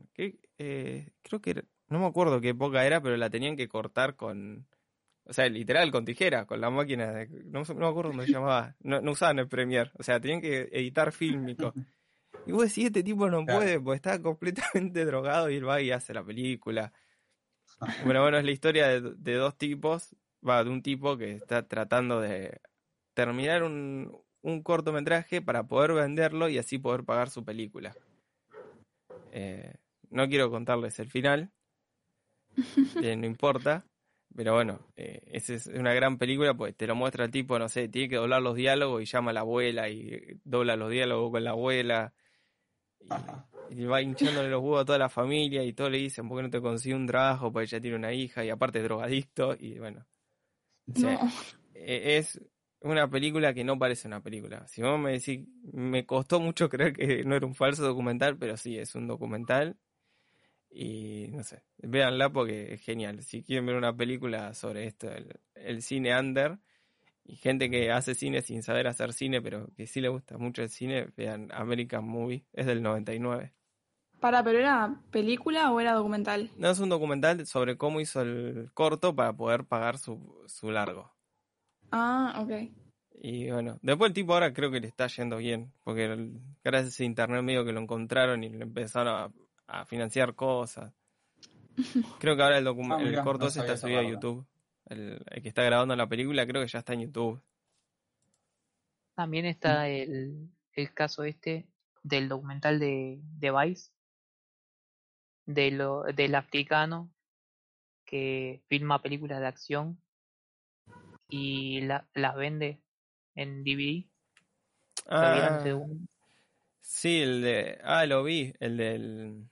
creo que no me acuerdo qué época era, pero la tenían que cortar o sea, literal, con tijera, con la máquina no me acuerdo cómo se llamaba, no usaban el Premiere, o sea, tenían que editar fílmico. Y vos decís, este tipo no Claro. puede, porque está completamente drogado y él va y hace la película. Bueno, es la historia de dos tipos, de un tipo que está tratando de terminar un cortometraje para poder venderlo y así poder pagar su película. Eh, no quiero contarles el final, no importa, pero bueno, esa es una gran película, pues te lo muestra el tipo, no sé, tiene que doblar los diálogos y llama a la abuela y dobla los diálogos con la abuela y va hinchándole los huevos a toda la familia y todos le dicen, ¿por qué no te consigue un trabajo? Porque ella tiene una hija y aparte es drogadicto y bueno, o sea, No. es una película que no parece una película. Si vos me decís, me costó mucho creer que no era un falso documental, pero sí, es un documental. Y no sé, véanla porque es genial. Si quieren ver una película sobre esto, el cine under, y gente que hace cine sin saber hacer cine, pero que sí le gusta mucho el cine, vean American Movie, es del 99. ¿Pero era película o era documental? No, es un documental sobre cómo hizo el corto para poder pagar su largo. Ah, ok. Y bueno, después el tipo ahora creo que le está yendo bien, porque gracias a internet medio que lo encontraron y le empezaron a financiar cosas. Creo que ahora el Mirá, corto no ese sabía está esa subido a parte. YouTube. El que está grabando la película creo que ya está en YouTube. También está el caso este del documental de Vice, del africano que filma películas de acción y las vende en DVD. ¿Lo vieron ese Ah, documental? sí, lo vi, el del...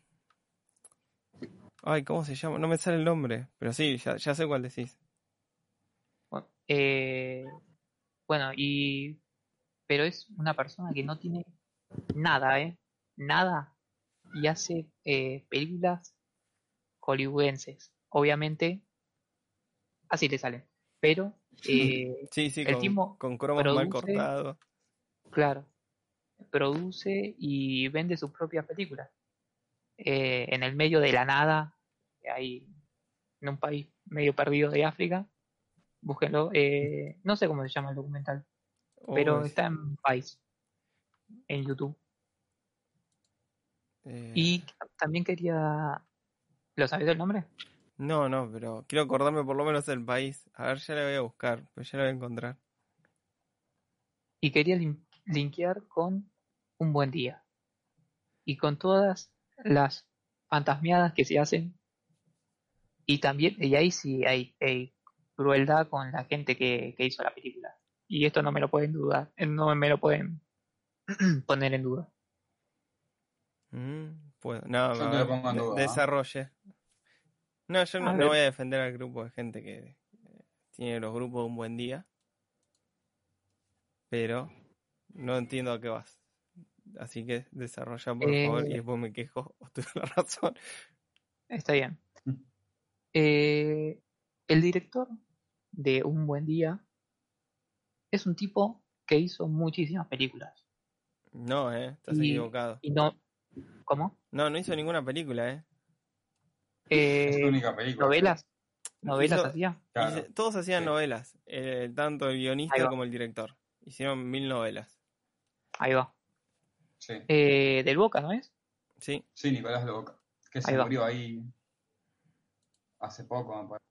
Ay, ¿cómo se llama? No me sale el nombre, pero sí, ya sé cuál decís. Bueno, bueno, pero es una persona que no tiene nada, nada, y hace películas hollywoodenses. Obviamente, así le salen. Pero Sí, el tipo con cromos mal produce, cortados. claro, produce y vende sus propias películas. En el medio de la nada, ahí en un país medio perdido de África, búsquenlo. No sé cómo se llama el documental, pero Uy, está en Vice, en YouTube. eh, Y también quería... ¿Lo sabes el nombre? no, pero quiero acordarme por lo menos del país. A ver, ya la voy a buscar, pues ya la voy a encontrar. Y quería linkear con Un Buen Día. Y con todas las fantasmiadas que se hacen. Y también, y ahí sí hay crueldad con la gente que hizo la película. Y esto no me lo pueden dudar, no me lo pueden poner en duda. Puedo. No, Yo a te lo ver, pongo en duda, ¿ah? desarrolle. No, yo A no ver, voy a defender al grupo de gente que tiene los grupos de un buen día, pero no entiendo a qué vas. Así que desarrolla por favor y eh, después me quejo o tuve la razón. está bien. El director de Un Buen Día es un tipo que hizo muchísimas películas. No, estás Y, equivocado. y no, ¿cómo? No hizo ninguna película, Es su Eh, única película, creo. novelas, novelas Hizo, hacía. Claro, todos hacían sí, novelas, tanto el Ahí guionista va, como el director. Hicieron 1000 novelas. ahí va. sí. Del Boca, ¿no es? Sí, Sí, Nicolás Loca, que se Ahí va. murió ahí hace poco, me parece.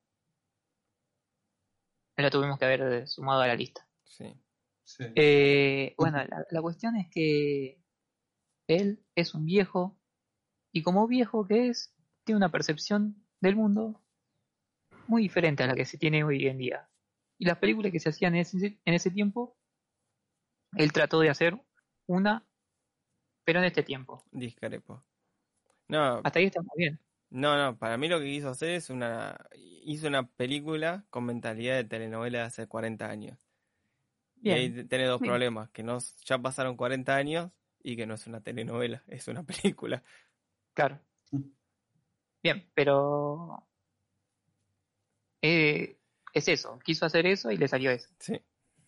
Lo tuvimos que haber sumado a la lista. sí. Sí. Bueno, la cuestión es que él es un viejo y como viejo que es, tiene una percepción del mundo muy diferente a la que se tiene hoy en día. Y las películas que se hacían en ese tiempo, él trató de hacer una, pero en este tiempo. Discrepo. No, Hasta ahí está muy bien. no, para mí lo que quiso hacer hizo una película con mentalidad de telenovela de hace 40 años. Y ahí Bien, tiene dos bien, problemas, que no, ya pasaron 40 años y que no es una telenovela, es una película. claro. Bien, pero es eso. Quiso hacer eso y le salió eso. Sí,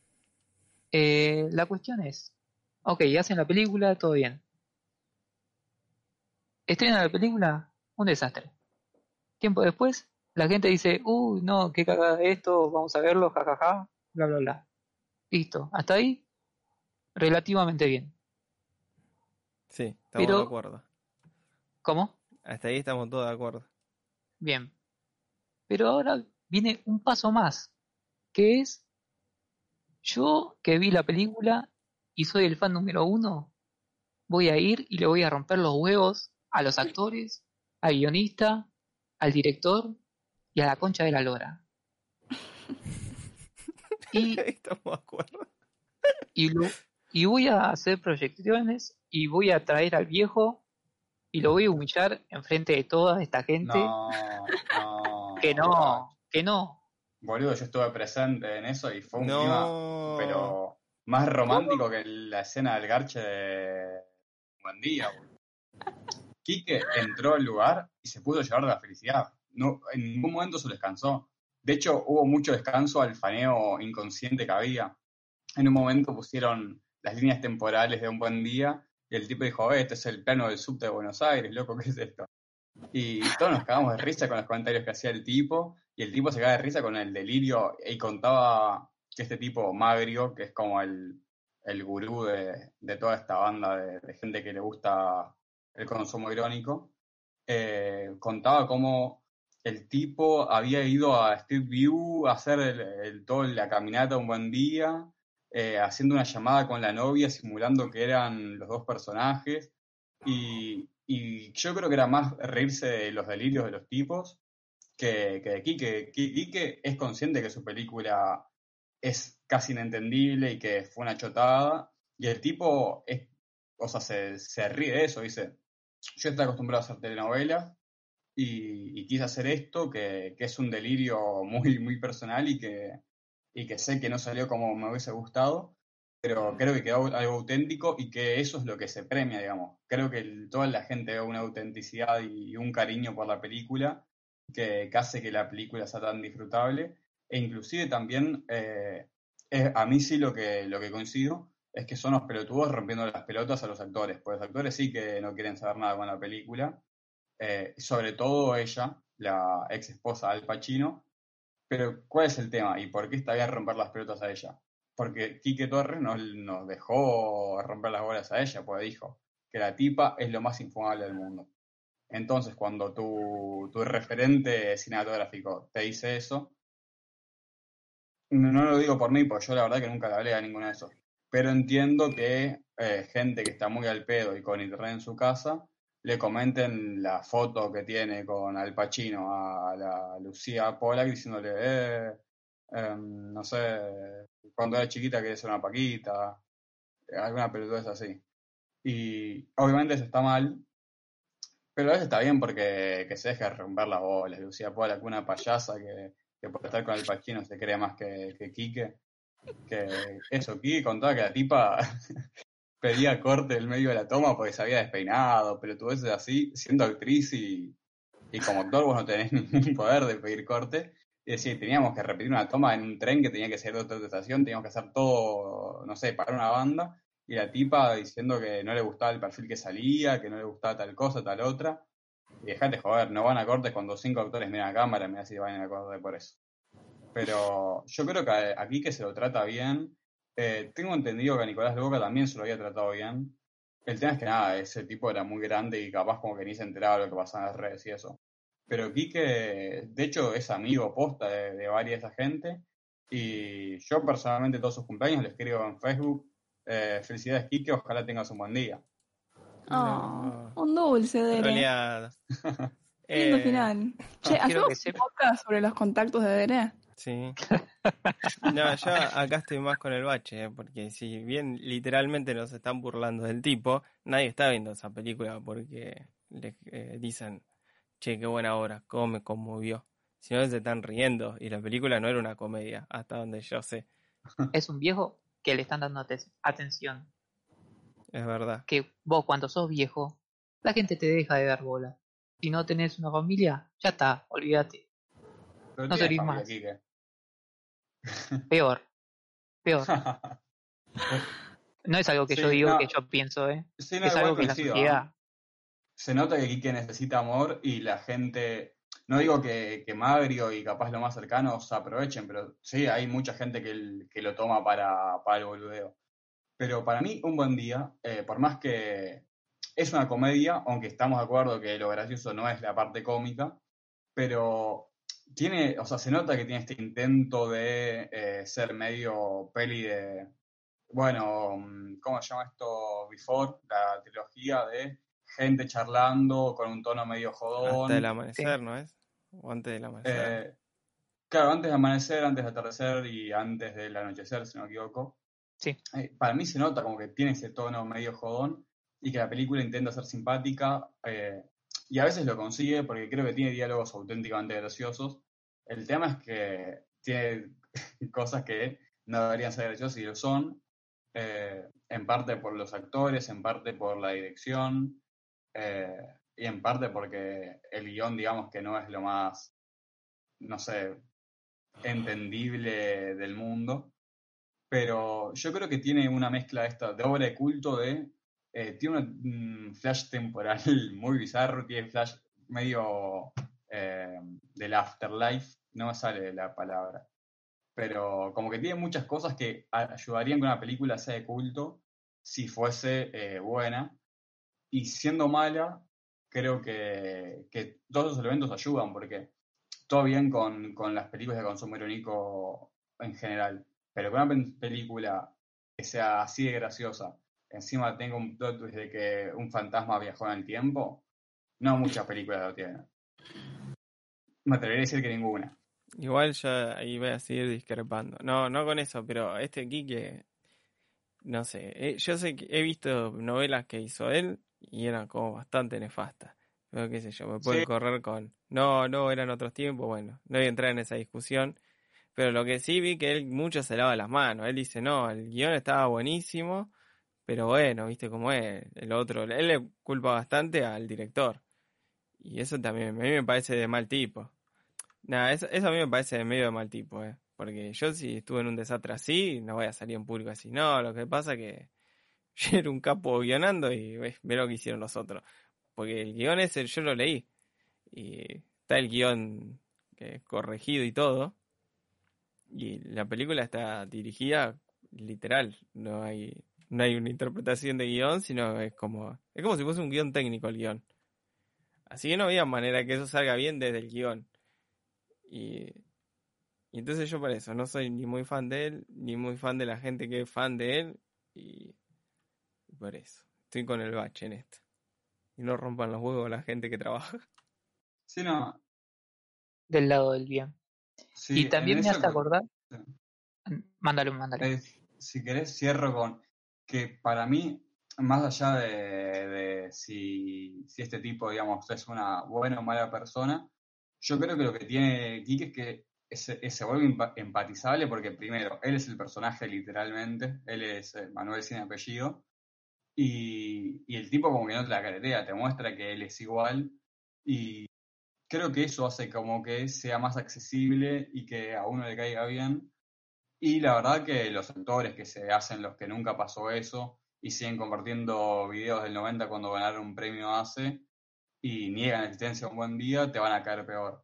La cuestión es, ok, hacen la película, todo bien. Estrenan la película, un desastre. Tiempo después, la gente dice, uy, no, qué cagada esto, vamos a verlo, jajaja, bla, bla, bla. Listo, hasta ahí, relativamente bien. sí, estamos de Pero, acuerdo. ¿cómo? Hasta ahí estamos todos de acuerdo. Bien. Pero ahora viene un paso más, que es, yo que vi la película y soy el fan número uno, voy a ir y le voy a romper los huevos a los actores, al guionista, al director y a la concha de la lora. Y, Ahí estamos de acuerdo. y, lo, y voy a hacer proyecciones y voy a traer al viejo y lo voy a humillar enfrente de toda esta gente No, guacho. que no. Boludo, yo estuve presente en eso y fue un clima, No. pero más ¿Cómo? romántico que la escena del garche de Buen Día, boludo. Quique entró al lugar y se pudo llevar de la felicidad. No, en ningún momento se lo descansó. De hecho, hubo mucho descanso al faneo inconsciente que había. En un momento pusieron las líneas temporales de Un Buen Día Y el tipo dijo, este es el plano del subte de Buenos Aires, loco, ¿qué es esto? Y todos nos cagamos de risa con los comentarios que hacía el tipo, y el tipo se cagaba de risa con el delirio, y contaba que este tipo Magrio, que es como el gurú de toda esta banda de gente que le gusta el consumo irónico, contaba cómo el tipo había ido a Street View a hacer toda la caminata un buen día, haciendo una llamada con la novia, simulando que eran los dos personajes, y yo creo que era más reírse de los delirios de los tipos que de Quique. Quique es consciente que su película es casi inentendible y que fue una chotada, y el tipo o sea, se ríe de eso, dice, yo estoy acostumbrado a hacer telenovelas y quise hacer esto, que es un delirio muy, muy personal y que sé que no salió como me hubiese gustado, pero creo que quedó algo auténtico y que eso es lo que se premia, digamos. Creo que toda la gente ve una autenticidad y un cariño por la película que hace que la película sea tan disfrutable. E inclusive también, a mí sí lo que coincido es que son los pelotudos rompiendo las pelotas a los actores, pues los actores sí que no quieren saber nada con la película, sobre todo ella, la ex esposa de Al Pacino. Pero, ¿cuál es el tema? ¿Y por qué está bien romper las pelotas a ella? Porque Quique Torres nos dejó romper las bolas a ella, pues dijo que la tipa es lo más infumable del mundo. Entonces, cuando tu referente cinematográfico te dice eso, no lo digo por mí, porque yo la verdad que nunca le hablé a ninguno de esos. Pero entiendo que gente que está muy al pedo y con internet en su casa le comenten la foto que tiene con Al Pacino a la Lucía Pollack diciéndole, no sé, cuando era chiquita quería ser una paquita, alguna pelotudez así. Y obviamente eso está mal, pero a veces está bien porque que se deje romper las bolas. Lucía Pollack, una payasa que por estar con Al Pacino se cree más que Quique. Que eso, Quique contaba que la tipa pedía corte en medio de la toma porque se había despeinado, pero tú ves así, siendo actriz y como actor vos no tenés ningún poder de pedir corte. Y decir, teníamos que repetir una toma en un tren que tenía que ser de otra estación, teníamos que hacer todo, no sé, para una banda, y la tipa diciendo que no le gustaba el perfil que salía, que no le gustaba tal cosa, tal otra. Y dejate joder, no van a cortes cuando 5 actores miran a cámara, me si van a corte por eso. Pero yo creo que aquí que se lo trata bien. Tengo entendido que a Nicolás de Boca también se lo había tratado bien. El tema es que nada, ese tipo era muy grande y capaz como que ni se enteraba de lo que pasaba en las redes y eso. Pero Quique, de hecho, es amigo posta de varias de esa gente. Y yo personalmente todos sus cumpleaños le escribo en Facebook, felicidades Quique, ojalá tengas un buen día. Oh, No, un dulce, Dere. troleado. Lindo Eh, final. Che, Quiero que ¿hacemos un sepa. podcast sobre los contactos de Dere? sí. No, yo acá estoy más con el bache, porque si bien literalmente nos están burlando del tipo, nadie está viendo esa película porque le dicen, che, qué buena obra, cómo me conmovió. Si no, se están riendo y la película no era una comedia, hasta donde yo sé, Es un viejo que le están dando atención. es verdad. Que vos cuando sos viejo, la gente te deja de dar bola. Si no tenés una familia, ya está, olvídate. Pero No tiene servís familia más. Quique. Peor, peor. No es algo que yo Sí, digo, no, que yo pienso, sí, no, es igual algo que la coincido, ¿ah? sociedad. Se nota que Quique necesita amor y la gente, no digo que Magrio y capaz lo más cercano se aprovechen, pero sí, hay mucha gente que lo toma para el boludeo. Pero para mí, un buen día, por más que es una comedia, aunque estamos de acuerdo que lo gracioso no es la parte cómica, pero tiene, o sea, se nota que tiene este intento de ser medio peli de, bueno, ¿cómo se llama esto? Before, la trilogía de gente charlando con un tono medio Hasta el jodón. Sí. amanecer, ¿no es? O antes del amanecer. Eh, claro, antes de amanecer, antes de atardecer y antes del anochecer, si no me equivoco. Sí, Para mí se nota como que tiene ese tono medio jodón y que la película intenta ser simpática, y a veces lo consigue porque creo que tiene diálogos auténticamente graciosos. El tema es que tiene cosas que no deberían ser graciosas y lo son, en parte por los actores, en parte por la dirección, y en parte porque el guión, digamos que no es lo más, no sé, entendible del mundo. Pero yo creo que tiene una mezcla esta de obra de culto de tiene un flash temporal muy bizarro, tiene flash medio del afterlife, no me sale la palabra, pero como que tiene muchas cosas que ayudarían que una película sea de culto si fuese buena, y siendo mala, creo que todos esos elementos ayudan, porque todo bien con las películas de consumo irónico en general, pero con una película que sea así de graciosa, encima tenga un plot twist de que un fantasma viajó en el tiempo, no muchas películas lo tienen. Me atrevería a decir que ninguna. Igual yo ahí voy a seguir discrepando. No, no con eso, pero este Quique, no sé. Yo sé que he visto novelas que hizo él y eran como bastante nefastas. Pero qué sé yo, me pueden Sí, correr con... No, no, eran otros tiempos. Bueno, no voy a entrar en esa discusión. Pero lo que sí vi que él mucho se lava las manos. Él dice, no, el guión estaba buenísimo, pero bueno, viste cómo es. El otro, él le culpa bastante al director. Y eso también, a mí me parece de mal tipo. Nada, eso a mí me parece de medio de mal tipo, ¿eh? Porque yo si estuve en un desastre así, no voy a salir en público así. No, lo que pasa que yo era un capo guionando y ve lo que hicieron los otros. Porque el guión ese yo lo leí. Y está el guión corregido y todo. Y la película está dirigida literal. No hay una interpretación de guión, sino es como si fuese un guión técnico el guión. Así que no había manera que eso salga bien desde el guión. Y, y entonces yo por eso no soy ni muy fan de él, ni muy fan de la gente que es fan de él. Y por eso. Estoy con el bache en esto. Y no rompan los huevos a la gente que trabaja. sí, no, del lado del bien. Y sí, en también me eso, hace acordar, mándalo, mándalo. si querés cierro con que para mí, más allá de si este tipo, digamos, es una buena o mala persona, yo creo que lo que tiene Kike es que se vuelve empatizable porque primero, él es el personaje literalmente, él es Manuel sin apellido, y el tipo como que no te la caretea, te muestra que él es igual, y creo que eso hace como que sea más accesible y que a uno le caiga bien. Y la verdad que los actores que se hacen los que nunca pasó eso y siguen compartiendo videos del 90 cuando ganaron un premio ACE y niegan la existencia de un buen día, te van a caer peor.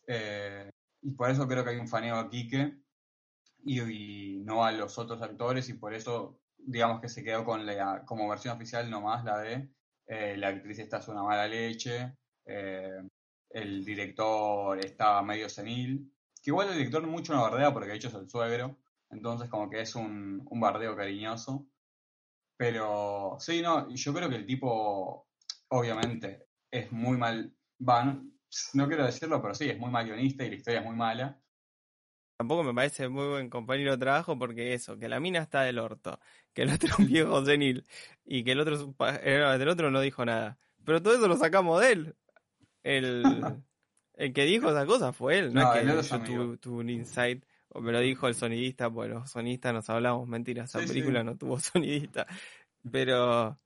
Y por eso creo que hay un faneo a Quique y no a los otros actores, y por eso digamos que se quedó con como versión oficial nomás la de la actriz esta es una mala leche, eh, el director está medio senil, que igual el director mucho no bardea porque de hecho es el suegro, entonces como que es un bardeo cariñoso, pero sí, no, yo creo que el tipo obviamente es muy mal, no quiero decirlo, pero sí, es muy mal guionista y la historia es muy mala. Tampoco me parece muy buen compañero de trabajo porque eso, que la mina está del orto, que el otro es un viejo senil y que el otro, del otro no dijo nada. Pero todo eso lo sacamos de él. El que dijo esa cosa fue él, no es No, el otro que es yo amigo. tuve un insight o me lo dijo el sonidista, pues los sonidistas nos hablamos, mentira, esa Sí, película sí. no tuvo sonidista. Pero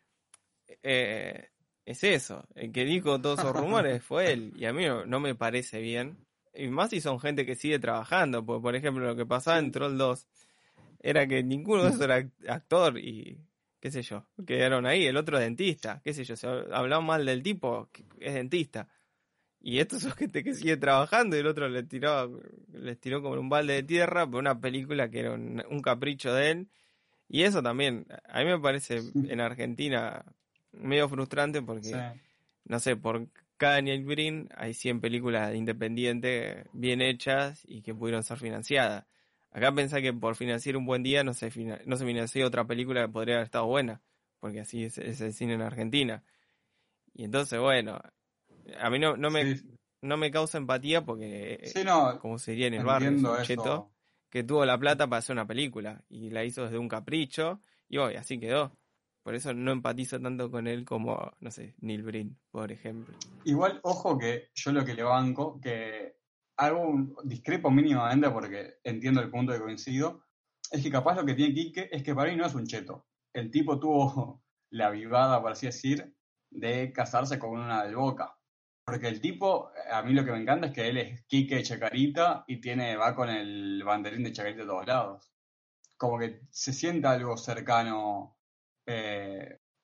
eh, es eso, el que dijo todos esos rumores fue él, y a mí no me parece bien. Y más si son gente que sigue trabajando, pues por ejemplo lo que pasaba en Sí. Troll 2 era que ninguno de esos era actor y qué sé yo, quedaron ahí, el otro dentista, qué sé yo, se hablaba mal del tipo, que es dentista. Y estos son gente que sigue trabajando y el otro les tiró como un balde de tierra por una película que era un capricho de él. Y eso también, a mí me parece en Argentina medio frustrante Sí. porque, no sé, por cada Neil Breen hay 100 películas independientes bien hechas y que pudieron ser financiadas. Acá pensá que por financiar un buen día no se financió otra película que podría haber estado buena, porque así es el cine en Argentina. Y entonces, bueno, a mí Sí, no me causa empatía porque, sí, no, como sería en el barrio, es entiendo un cheto eso. que tuvo la plata para hacer una película y la hizo desde un capricho y hoy así quedó. Por eso no empatizo tanto con él como, no sé, Neil Breen, por ejemplo. Igual, ojo que yo lo que le banco, que discrepo mínimamente porque entiendo el punto que coincido, es que capaz lo que tiene Quique es que para mí no es un cheto. El tipo tuvo la vivada, por así decir, de casarse con una del Boca. Porque el tipo, a mí lo que me encanta es que él es Quique Chacarita y va con el banderín de Chacarita a todos lados. Como que se sienta algo cercano, eh,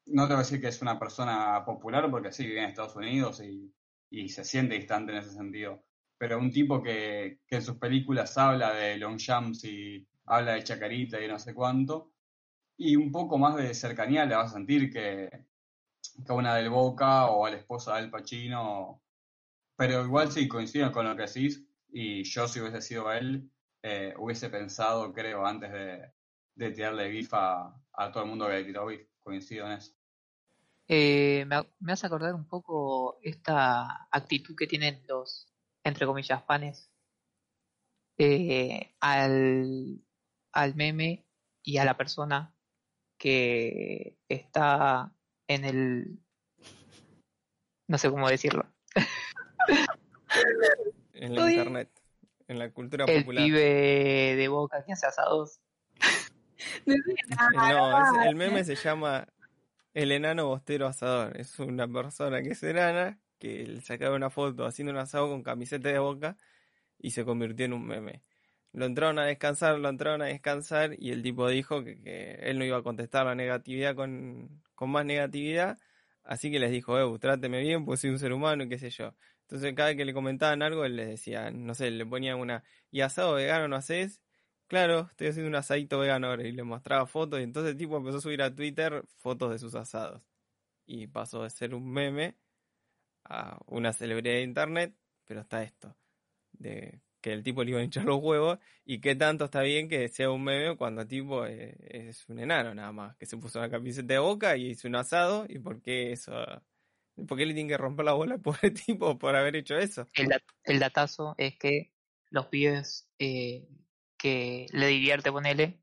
no te voy a decir que es una persona popular, porque sí, vive en Estados Unidos y se siente distante en ese sentido. Pero un tipo que en sus películas habla de Longchamps y habla de Chacarita y no sé cuánto, y un poco más de cercanía le vas a sentir que a una del Boca o a la esposa de Al Pacino. Pero igual sí, coincido con lo que decís, y yo si hubiese sido él, hubiese pensado, creo, antes de tirarle bif a todo el mundo que le tiró bif. Coincido en eso. Me hace acordar un poco esta actitud que tienen los, entre comillas, panes al meme y a la persona que está en el... no sé cómo decirlo. En la internet, en la cultura El popular. pibe de Boca que hace asados. No, el meme se llama El enano bostero asador. Es una persona que es enana, que le sacaron una foto haciendo un asado con camiseta de Boca y se convirtió en un meme. Lo entraron a descansar y el tipo dijo que él no iba a contestar la negatividad con más negatividad, así que les dijo, tráteme bien, pues soy un ser humano y qué sé yo. Entonces cada vez que le comentaban algo, él les decía, no sé, le ponían ¿y asado vegano no haces? Claro, estoy haciendo un asadito vegano ahora, y le mostraba fotos, y entonces el tipo empezó a subir a Twitter fotos de sus asados. Y pasó de ser un meme a una celebridad de internet, pero está esto, de que el tipo le iba a hinchar los huevos, y qué tanto está bien que sea un meme cuando el tipo es un enano nada más, que se puso una camiseta de Boca y hizo un asado, y por qué eso, por qué le tiene que romper la bola al pobre tipo por haber hecho eso. El datazo es que los pibes que le divierte ponerle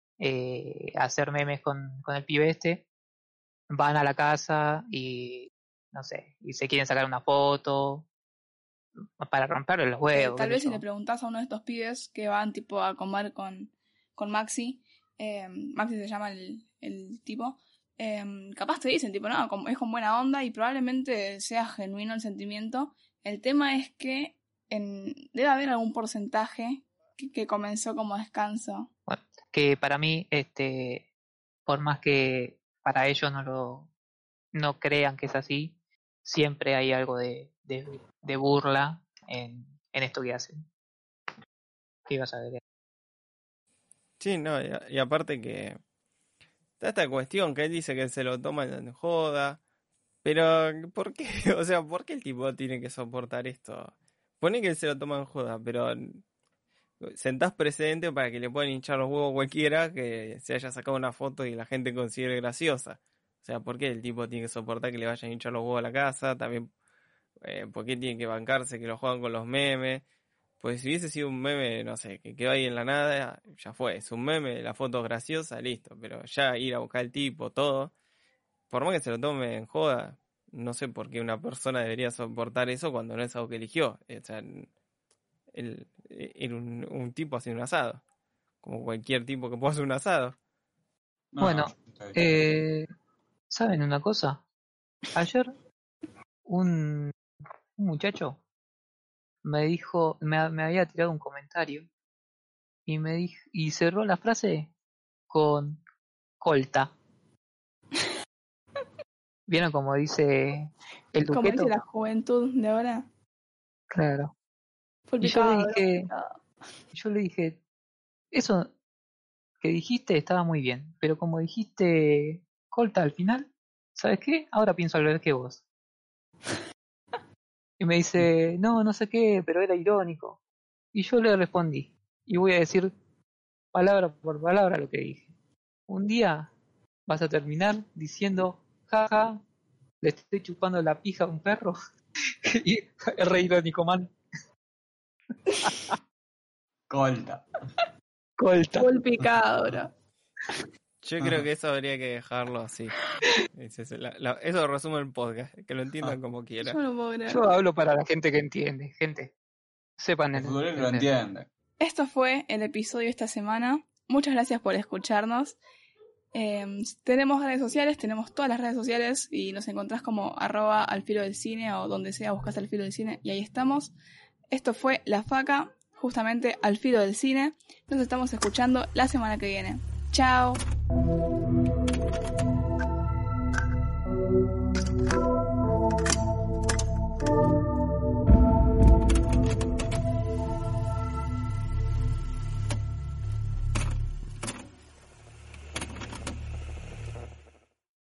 hacer memes con el pibe este, van a la casa y no sé, y se quieren sacar una foto para romperle los huevos. Tal qué vez sé si yo. le preguntás a uno de estos pibes que van tipo a comer con Maxi, Maxi se llama el tipo, capaz te dicen tipo, no, es con buena onda y probablemente sea genuino el sentimiento. El tema es que debe haber algún porcentaje que comenzó como descanso. Bueno, que para mí, por más que para ellos no crean que es así, siempre hay algo de burla en esto que hacen. ¿Qué ibas a ver? Sí, no, y aparte que está esta cuestión que él dice que se lo toma en joda, pero ¿por qué? O sea, ¿por qué el tipo tiene que soportar esto? Pone que él se lo toma en joda, pero sentás precedente para que le puedan hinchar los huevos cualquiera que se haya sacado una foto y la gente considere graciosa. O sea, ¿por qué el tipo tiene que soportar que le vayan a hinchar los huevos a la casa? También, ¿por qué tiene que bancarse que lo juegan con los memes? Pues si hubiese sido un meme, no sé, que quedó ahí en la nada, ya fue, es un meme, la foto es graciosa, listo. Pero ya ir a buscar al tipo, todo, por más que se lo tome en joda, no sé por qué una persona debería soportar eso cuando no es algo que eligió. O sea, él era un tipo haciendo un asado, como cualquier tipo que pueda hacer un asado. No, Bueno, está bien. ¿saben una cosa? Ayer un muchacho me dijo, me había tirado un comentario y me dijo, y cerró la frase con colta. ¿Vieron como dice el Como dice Duqueto? la juventud de ahora. Claro. Full Y yo le picado, dije, picado. eso que dijiste estaba muy bien, pero como dijiste colta al final, ¿sabes qué? Ahora pienso al ver que vos. Y me dice, no sé qué, pero era irónico. Y yo le respondí, y voy a decir palabra por palabra lo que dije. Un día vas a terminar diciendo, jaja, le estoy chupando la pija a un perro. Y es re irónico, man. Colta. Colta. Full picado, bro. Yo creo que eso habría que dejarlo así. Eso resume el podcast, que lo entiendan como Yo quieran. no lo puedo creer. Yo hablo para la gente que entiende, gente. Sepan El futbolero lo entender. entiende. Esto fue el episodio de esta semana. Muchas gracias por escucharnos. Tenemos redes sociales, tenemos todas las redes sociales y nos encontrás como @alfilodelcine o donde sea buscas Al Filo del Cine y ahí estamos. Esto fue La Faca, justamente Al Filo del Cine. Nos estamos escuchando la semana que viene. Chao.